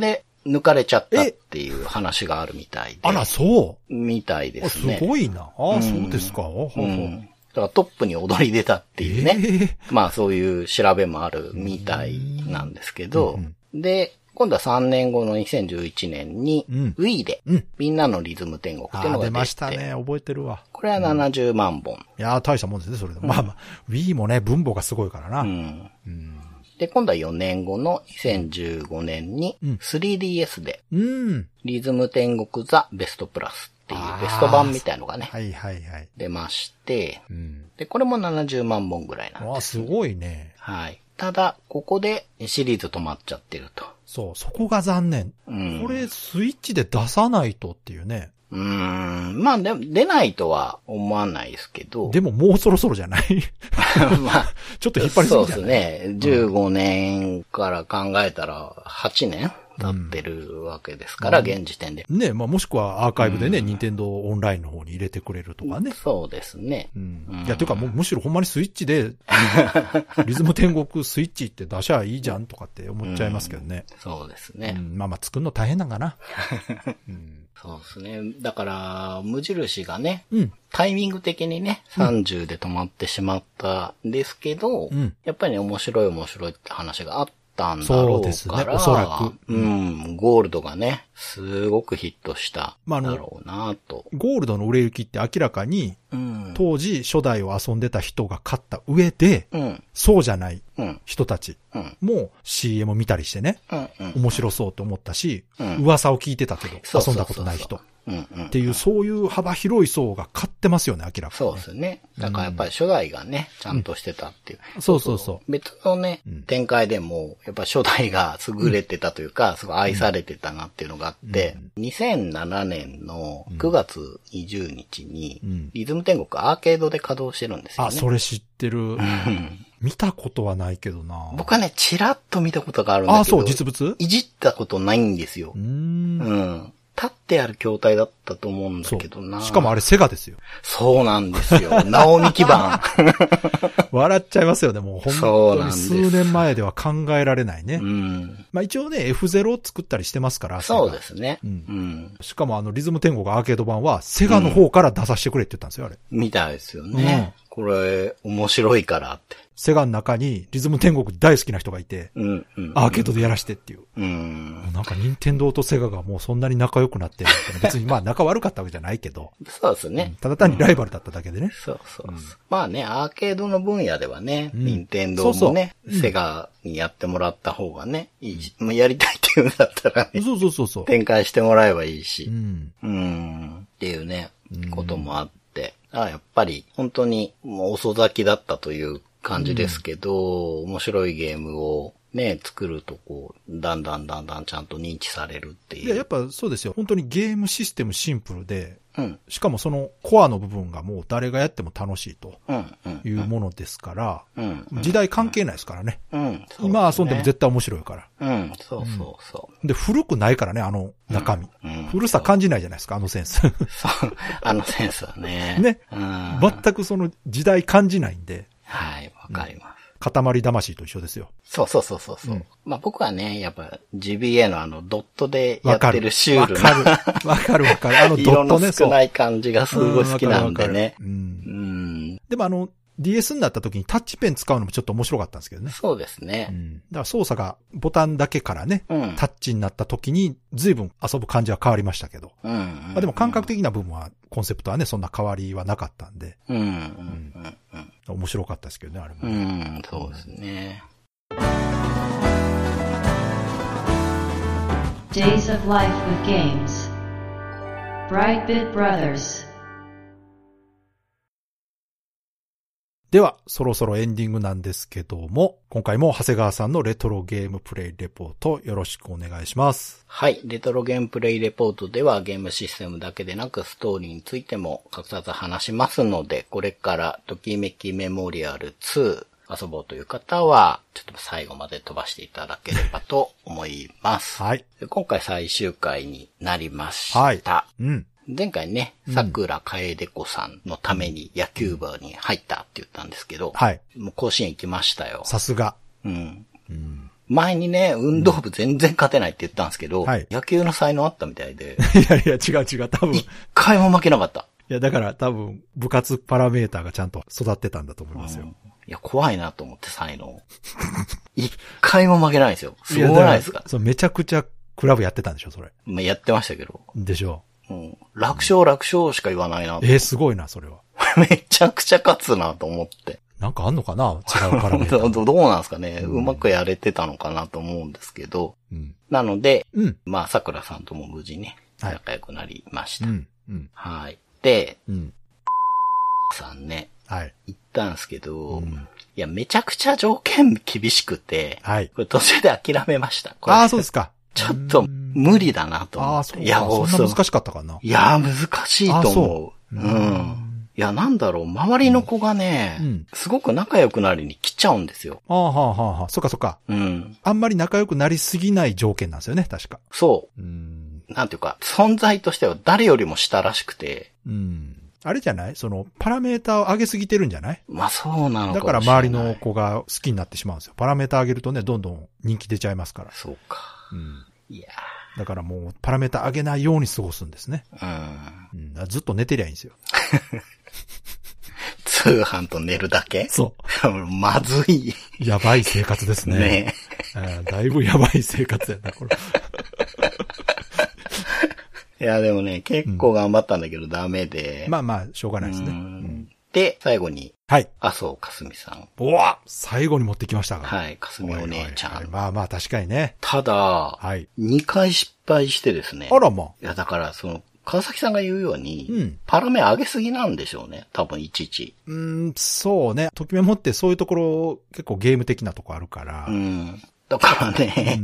抜かれちゃったっていう話があるみたいで。 あら、そう。 みたいですね。 すごいな。ああ、そうですか。 だからトップに躍り出たっていうね。まあそういう調べもあるみたいなんですけど、で、今度は3年後の2011年に、Wii で、みんなのリズム天国っていうのが出て、 出ましたね。覚えてるわ。 これは70万本。 いやー、大したもんですね、それで。まあまあ、Wii もね、分母がすごいからな。 で、今度は4年後の2015年に、3DS で、リズム天国ザ・ベストプラスっていうベスト版みたいのがね、出まして、で、これも70万本ぐらいなんです。 わあ、すごいね。 はい。ただ、ここでシリーズ止まっちゃってると。 そう、そこが残念。これ、スイッチで出さないとっていうね。 まあでも出ないとは思わないですけど。 でももうそろそろじゃないまあ、ちょっと引っ張りすぎじゃない？ そうですね。15年から考えたら8年経ってるわけですから、現時点で。 ね、まあもしくはアーカイブでね、任天堂オンラインの方に入れてくれるとかね。 そうですね。 いや、というかもうむしろほんまにスイッチで、リズム天国スイッチって出しゃいいじゃんとかって思っちゃいますけどね。 そうですね。 まあまあ作るの大変なんかな。 そうですね。だから、無印がね、タイミング的にね、30で止まってしまったんですけど、やっぱりね、面白いって話があったんだろうから、そうですね、おそらく。ゴールドがね、すごくヒットしただろうなと。 ゴールドの売れ行きって明らかに、当時初代を遊んでた人が買った上で、そうじゃない人たちも CM 見たりしてね、面白そうと思ったし、噂を聞いてたけど、遊んだことない人。っていう、そういう幅広い層が買ってますよね、明らかに。 そうですね。だからやっぱり初代がね、ちゃんとしてたっていう。 そう。 別のね、展開でも、やっぱ初代が優れてたというか、すごい愛されてたなっていうのがあって、2007年の9月20日に、リズム天国アーケードで稼働してるんですよね。 あ、それ知ってる。見たことはないけどな。 僕はね、チラッと見たことがあるんだけど。 あ、そう、実物？ いじったことないんですよ。立ってある筐体だったと思うんだけどな。 しかもあれセガですよ。 そうなんですよ。ナオミ基盤。 笑っちゃいますよね、もう本当に数年前では考えられないね。まあ一応ね、F0 を作ったりしてますから。 そうですね。 しかもリズム天国アーケード版はセガの方から出させてくれって言ったんですよ、あれ。 みたいですよね。これ、面白いからって。 セガの中にリズム天国大好きな人がいて、アーケードでやらしてっていう。なんか任天堂とセガがもうそんなに仲良くなってるって別にまあ仲悪かったわけじゃないけど。 そうですね。 ただ単にライバルだっただけでね。 まあね、アーケードの分野ではね、任天堂もね、セガにやってもらった方がね、いいし、やりたいっていうんだったらね、 そう。 展開してもらえばいいし、っていうね、こともあって、やっぱり本当にもう遅咲きだったという感じですけど、面白いゲームをね、作るとこう、だんだんちゃんと認知されるっていう。 いや、やっぱそうですよ。本当にゲームシステムシンプルで、しかもそのコアの部分がもう誰がやっても楽しいというものですから、時代関係ないですからね。今遊んでも絶対面白いから。 そう。 で、古くないからね、中身。古さ感じないじゃないですか、センス。 そう、センスはね。 ね。全くその時代感じないんで。 はい、わかります。 塊魂と一緒ですよ。 そう。まあ僕はね、やっぱ GBA のドットでやってるシュールな。 わかる。ドットね。 色の少ない感じがすごい好きなんでね。 でもDS になった時にタッチペン使うのもちょっと面白かったんですけどね。 そうですね。 だから操作がボタンだけからね、タッチになった時に随分遊ぶ感じは変わりましたけど。でも感覚的な部分は、コンセプトはね、そんな変わりはなかったんで。面白かったですけどね、あれも。 そうですね。 Days of Life with Games Brightbit Brothers。 では、そろそろエンディングなんですけども、今回も長谷川さんのレトロゲームプレイレポートよろしくお願いします。 はい。レトロゲームプレイレポートではゲームシステムだけでなくストーリーについても隠さず話しますので、これからときめきメモリアル2遊ぼうという方は、ちょっと最後まで飛ばしていただければと思います。 はい。 今回最終回になりました。前回ね、桜楓子さんのために野球部に入ったって言ったんですけど、もう甲子園行きましたよ。 さすが。 前にね、運動部全然勝てないって言ったんですけど、はい、野球の才能あったみたいで。 いやいや、違う、多分。 一回も負けなかった。 いや、だから多分、部活パラメーターがちゃんと育ってたんだと思いますよ。 いや、怖いなと思って、才能。一回も負けないんですよ。すごくないですか？ そう、めちゃくちゃクラブやってたんでしょ、それ。 まあ、やってましたけど。 でしょう。うん。楽勝しか言わないな。 すごいな、それは。 めちゃくちゃ勝つなと思って。 なんかあんのかな、違うパラメーター。 どうなんですかね、うまくやれてたのかなと思うんですけど。うん、なので、まあ、桜さんとも無事ね、仲良くなりました。はい。で、さんね、行ったんですけど、いや、めちゃくちゃ条件厳しくて、これ途中で諦めました。 ああ、そうですか。 ちょっと無理だなと思って。 いや、そんな難しかったかな。 いや、難しいと思う。いや、なんだろう、周りの子がね、すごく仲良くなりに来ちゃうんですよ。 そっか。あんまり仲良くなりすぎない条件なんですよね、確か。 そう。なんていうか、存在としては誰よりも下らしくて。 あれじゃない？パラメーターを上げすぎてるんじゃない？ まあそうなのかもしれない。 だから周りの子が好きになってしまうんですよ。パラメーター上げるとね、どんどん人気出ちゃいますから。 そうか。いやだからもう、パラメーター上げないように過ごすんですね。ずっと寝てりゃいいんですよ。 通販と寝るだけ？ そう。 まずい。 やばい生活ですね。 ねだいぶやばい生活やな、これ。 いや、でもね、結構頑張ったんだけどダメで。 まあ、しょうがないですね。 で、最後に。 はい。 麻生かすみさん。 最後に持ってきましたが。 はい、かすみお姉ちゃん。 まあ、確かにね。 ただ、2回失敗してですね。 あらま。 いや、だから、川崎さんが言うように、パラメ上げすぎなんでしょうね。多分、いちいち。 そうね。ときめもってそういうところ、結構ゲーム的なとこあるから。 だからね、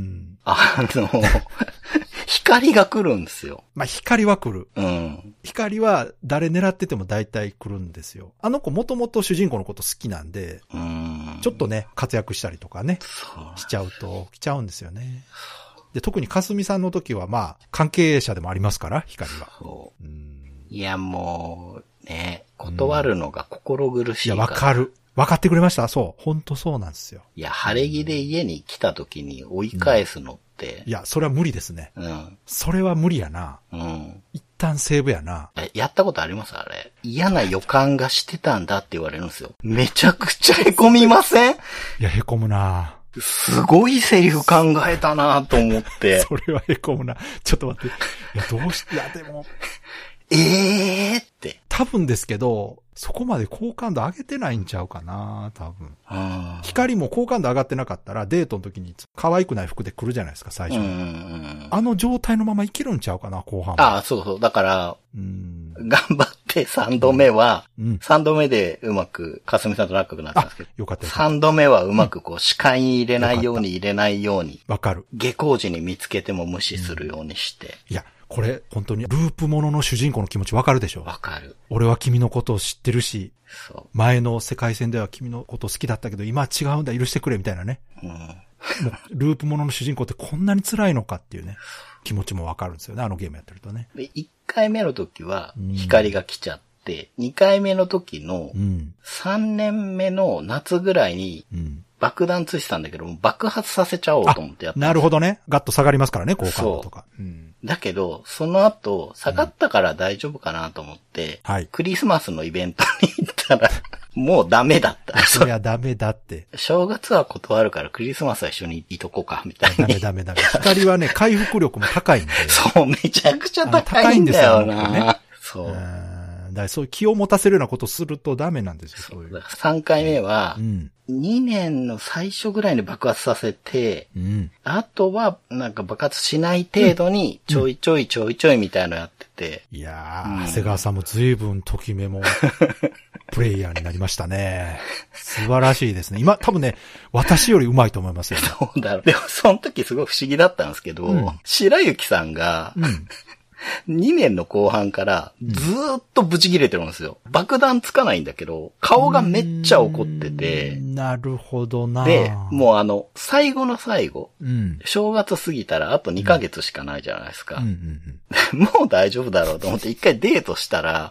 光が来るんですよ。 まあ、光は来る。光は誰狙ってても大体来るんですよ。あの子もともと主人公のこと好きなんで、ちょっとね、活躍したりとかね、しちゃうと来ちゃうんですよね。で、特にかすみさんの時はまあ、関係者でもありますから、光は。 いや、もう、ね、断るのが心苦しいから。 いや、わかる。分かってくれました？そう。本当そうなんですよ。 いや、晴れ着で家に来た時に追い返すのって。 いや、それは無理ですね。それは無理やな。一旦セーブやな。 やったことあります？あれ。嫌な予感がしてたんだって言われるんですよ。めちゃくちゃ凹みません？いや、凹むな。 すごいセリフ考えたなと思って。 それは凹むな。ちょっと待って。いや、どうして、いや、でも。 って。 多分ですけど、そこまで好感度上げてないんちゃうかな、多分。光も好感度上がってなかったら、デートの時に可愛くない服で来るじゃないですか、最初に。あの状態のままいけるんちゃうかな、後半は。 そうそう。だから、頑張って3度目は、3度目でうまく、かすみさんと仲良くなったんですけど、 よかった。 3度目はうまく視界に入れないように。 わかる。 下校時に見つけても無視するようにして。 いや、これ、本当に、ループものの主人公の気持ちわかるでしょ？ わかる。 俺は君のことを知ってるし、前の世界線では君のこと好きだったけど、今は違うんだ、許してくれ、みたいなね。もうループものの主人公ってこんなに辛いのかっていうね、気持ちもわかるんですよね、あのゲームやってるとね。 で、1回目の時は、光が来ちゃって、2回目の時の、3年目の夏ぐらいに、爆弾ついてたんだけど、爆発させちゃおうと思ってやった。 なるほどね。ガッと下がりますからね、好感度とか。 だけど、その後、下がったから大丈夫かなと思って、クリスマスのイベントに行ったら、もうダメだった。 そりゃダメだって。 正月は断るからクリスマスは一緒にいとこうか、みたいな。 ダメ。光はね、回復力も高いんで。 そう、めちゃくちゃ高いんだよな。ね、そう。 そういう気を持たせるようなことするとダメなんですよ。そういう。 3回目は、2年の最初ぐらいに爆発させて、あとはなんか爆発しない程度にちょいちょいみたいなのやってて。 いやー、長谷川さんも随分ときめもプレイヤーになりましたね。素晴らしいですね。今多分ね、私より上手いと思いますよ、ね。 そうだろう。でもその時すごい不思議だったんですけど、白雪さんが、2年の後半からずーっとブチ切れてるんですよ。爆弾つかないんだけど、顔がめっちゃ怒ってて。 なるほどな。 で、もう最後の最後、正月過ぎたらあと2ヶ月しかないじゃないですか。もう大丈夫だろうと思って一回デートしたら、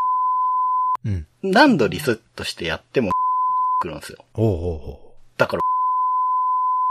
何度リセットしてやっても来るんですよ。だから、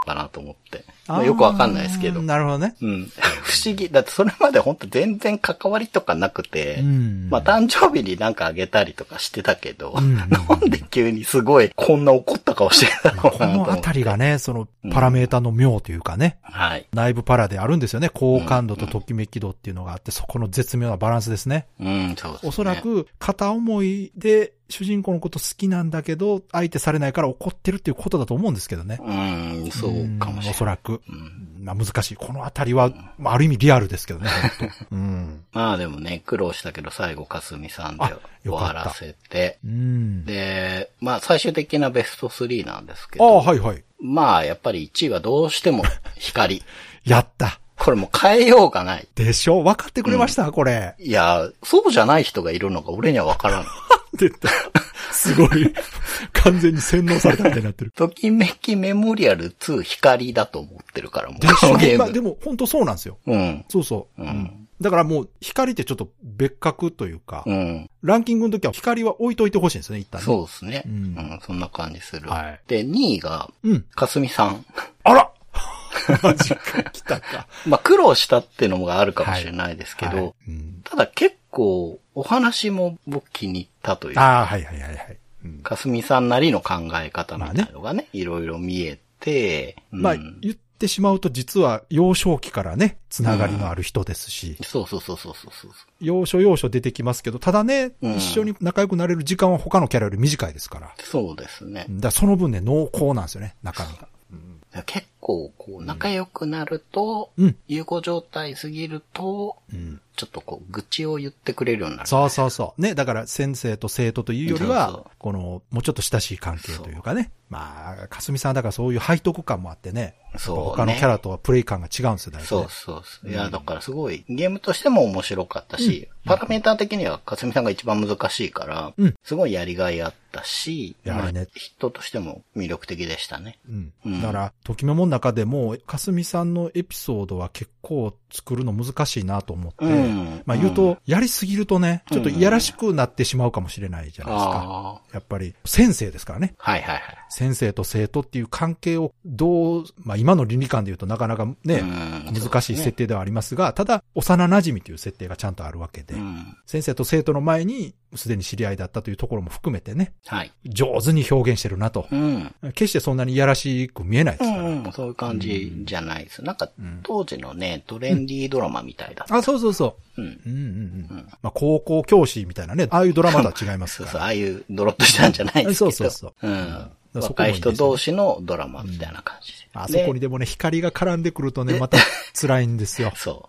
かなと思って。よくわかんないですけど。 なるほどね。 うん。不思議。だってそれまで本当全然関わりとかなくて、まあ誕生日になんかあげたりとかしてたけど、なんで急にすごいこんな怒った顔してたのかなと思って。 このあたりがね、そのパラメータの妙というかね、 はい。 内部パラであるんですよね。好感度とときめき度っていうのがあって、そこの絶妙なバランスですね。 そうですね。 おそらく片思いで主人公のこと好きなんだけど、相手されないから怒ってるっていうことだと思うんですけどね。 そうかもしれない。 おそらく。まあ難しい。このあたりは、ある意味リアルですけどね。 まあでもね、苦労したけど最後かすみさんで終わらせて。で、まあ最終的なベスト3なんですけど。 はいはい。 まあやっぱり1位はどうしても光。 やった。 これもう変えようがない。 でしょ？分かってくれました、これ。 いや、そうじゃない人がいるのが俺には分からん。 すごい。完全に洗脳されたみたいになってる。 ときめきメモリアル2光だと思ってるからもう。 でしょ？まあでも本当そうなんですよ。そうそう。だからもう光ってちょっと別格というか、ランキングの時は光は置いといてほしいんですね、一旦ね。 そうですね。そんな感じする。で、2位が、かすみさん。 あらマジか、来たか。 まあ苦労したってのがあるかもしれないですけど、ただ結構お話も僕気に入ったというか。 はい。 かすみさんなりの考え方みたいなのがね、いろいろ見えて、 まあ言ってしまうと実は幼少期からね、つながりのある人ですし。 そう。 要所出てきますけど、ただね、一緒に仲良くなれる時間は他のキャラより短いですから。 そうですね。 だからその分ね、濃厚なんですよね、中身が。 結構、こう、仲良くなると、友好状態すぎると、ちょっとこう、愚痴を言ってくれるようになる。 そう。ね、だから先生と生徒というよりは、この、もうちょっと親しい関係というかね。まあ、かすみさんだからそういう背徳感もあってね。他のキャラとはプレイ感が違うんですよ、大体。 そう。いや、だからすごい、ゲームとしても面白かったし、パラメーター的にはかすみさんが一番難しいから、すごいやりがいあったし、人としても魅力的でしたね。 だから、ときめもの中でも、かすみさんのエピソードは結構作るの難しいなと思って、まあ言うと、やりすぎるとね、ちょっといやらしくなってしまうかもしれないじゃないですか。やっぱり、先生ですからね。先生と生徒っていう関係をまあ今の倫理観で言うとなかなかね、難しい設定ではありますが、ただ、幼馴染という設定がちゃんとあるわけで、先生と生徒の前にすでに知り合いだったというところも含めてね、上手に表現してるなと。決してそんなにいやらしく見えないですから。 そういう感じじゃないです。なんか、当時のね、トレンディードラマみたいだった。 そう。まあ高校教師みたいなね、ああいうドラマとは違いますから。 そう、ああいうドロッとしたんじゃないですけど。 そう。 若い人同士のドラマみたいな感じで。 あそこにでもね、光が絡んでくるとね、また辛いんですよ。 そう。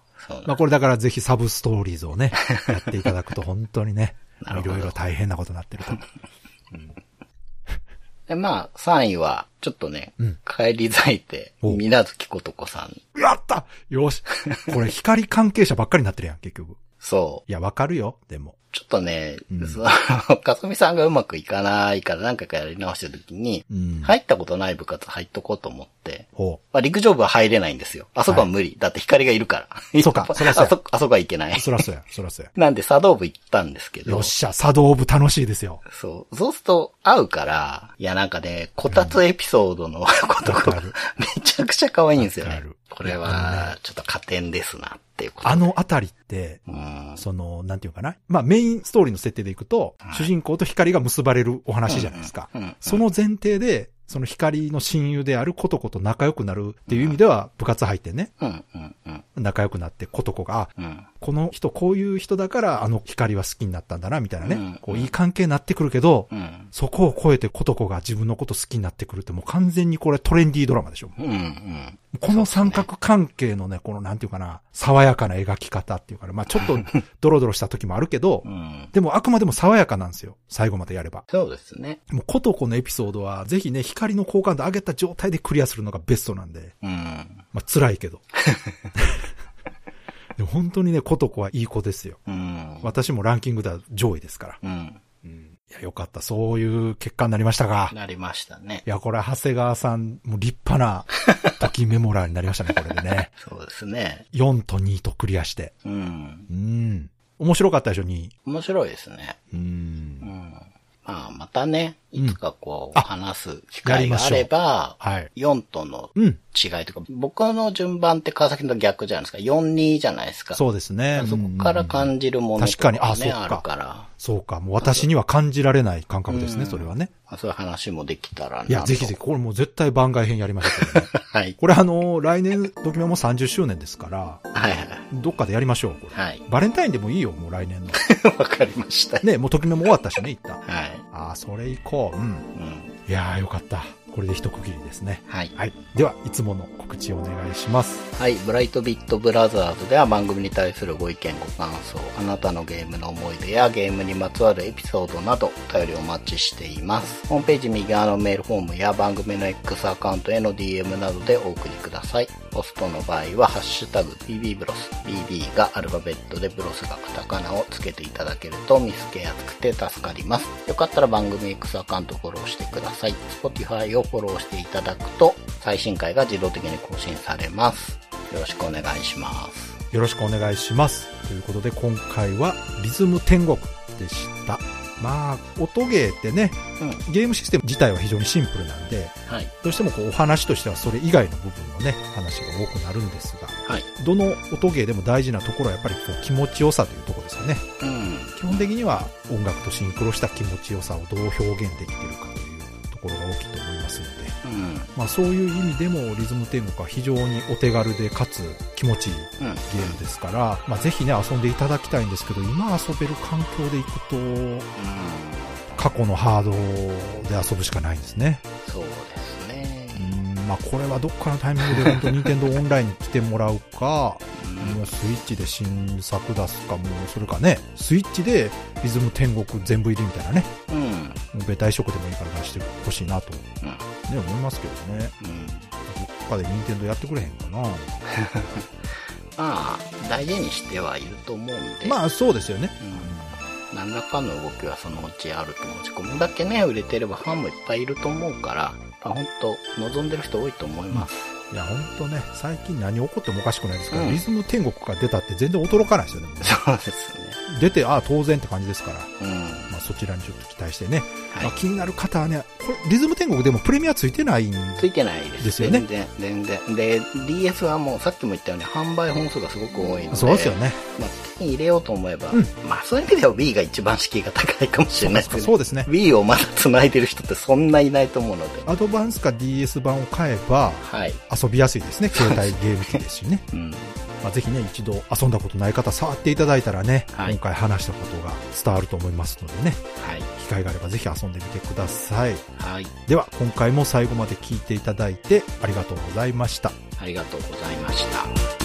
まあこれだからぜひサブストーリーズをね、やっていただくと本当にね、いろいろ大変なことになってると。 で、まあ、3位は、ちょっとね、帰り咲いて、水無月ことこさん。 やったよしこれ光関係者ばっかりになってるやん、結局。 そう。 いや、わかるよ、でも。 ちょっとね、かすみさんがうまくいかないから何回かやり直した時に、入ったことない部活入っとこうと思って、まあ、陸上部は入れないんですよ。あそこは無理。だって光がいるから。 そうか、 あそこはいけない。 そらそうや。 なんで茶道部行ったんですけど。 よっしゃ、茶道部楽しいですよ。 そうすると会うから、いやなんかね、こたつエピソードのことがめちゃくちゃ可愛いんですよね。これは、ちょっと加点ですなっていうこと。 あのあたりって、なんていうかな。まあメインストーリーの設定でいくと、主人公と光が結ばれるお話じゃないですか。その前提で、その光の親友であるコトコと仲良くなるっていう意味では部活入ってね。仲良くなってコトコが、この人こういう人だからあの光は好きになったんだなみたいなね。こういい関係になってくるけど、そこを超えてコトコが自分のこと好きになってくるってもう完全にこれトレンディードラマでしょ。この三角関係のね、このなんていうかな、爽やかな描き方っていうかな。まあちょっとドロドロした時もあるけど、でもあくまでも爽やかなんですよ。最後までやれば。 そうですね。 もうコトコのエピソードはぜひね、光の好感度上げた状態でクリアするのがベストなんで。まあ辛いけど。でも本当にね、コトコはいい子ですよ。私もランキングでは上位ですから。いや、よかった。そういう結果になりましたが。 なりましたね。 いや、これ、長谷川さん、もう立派な、時メモラーになりましたね、これでね。 そうですね。 4と2とクリアして。面白かったでしょ、2。 面白いですね。 またね、いつか話す機会があれば、4との違いとか、僕の順番って川崎の逆じゃないですか。4-2じゃないですか。 そうですね。 そこから感じるものとかね、あるから。 そうか。もう私には感じられない感覚ですね、それはね。 そういう話もできたらな。 いや、ぜひぜひ、これもう絶対番外編やりましょう、ね。はい。これ来年、ドキメも30周年ですから、はいはい。どっかでやりましょう、これ。はい。バレンタインでもいいよ、もう来年の。 わかりました。 ね、もうドキメも終わったしね、一旦。 はい。 それ以降、いやー、よかった。これで一区切りですね。はい。はい。では、いつもの告知をお願いします。 はい。ブライトビットブラザーズでは番組に対するご意見ご感想、あなたのゲームの思い出やゲームにまつわるエピソードなどお便りお待ちしています。ホームページ右側のメールフォームや番組の X アカウントへの DM などでお送りください。ポストの場合はハッシュタグ BB ブロス、BB がアルファベットでブロスがカタカナをつけていただけると見つけやすくて助かります。よかったら番組 X アカウントフォローしてください。Spotify をフォローしていただくと最新回が自動的に更新されます。よろしくお願いします。 よろしくお願いします。ということで今回はリズム天国でした。音ゲーってね、ゲームシステム自体は非常にシンプルなんで、どうしてもお話としてはそれ以外の部分のね、話が多くなるんですが、どの音ゲーでも大事なところはやっぱり気持ちよさというところですよね。基本的には音楽とシンクロした気持ちよさをどう表現できているかというところが大きいと思いますので、そういう意味でもリズム天国は非常にお手軽でかつ気持ちいいゲームですから、ぜひね遊んでいただきたいんですけど、今遊べる環境でいくと、過去のハードで遊ぶしかないんですね。 そうですね。 これはどっかのタイミングで本当に任天堂オンラインに来てもらうか、もうスイッチで新作出すか、もうそれかね、スイッチでリズム天国全部入りみたいなね、ベタ移植でもいいから出してほしいなと、思いますけどね。どっかで任天堂やってくれへんかな。大事にしてはいると思うんで。 そうですよね。 何らかの動きはそのうちあると思うし、こんだけね売れてればファンもいっぱいいると思うから、本当望んでる人多いと思います。 いや本当ね、最近何起こってもおかしくないですから、リズム天国が出たって全然驚かないですよね。 そうですね。 出て当然って感じですから、そちらにちょっと期待してね、気になる方はね、これリズム天国でもプレミアついてないんですよね。 全然で DS はもうさっきも言ったように販売本数がすごく多いので、 そうですよね。 手に入れようと思えば、そういう意味では Wii が一番敷居が高いかもしれないですね。 そうですね。 Wii をまだ繋いでる人ってそんないないと思うので、 アドバンスか DS 版を買えば遊びやすいですね。携帯ゲーム機ですしね。ぜひね、一度遊んだことない方触っていただいたらね、今回話したことが伝わると思いますのでね、機会があればぜひ遊んでみてください。では今回も最後まで聞いていただいてありがとうございました。 ありがとうございました。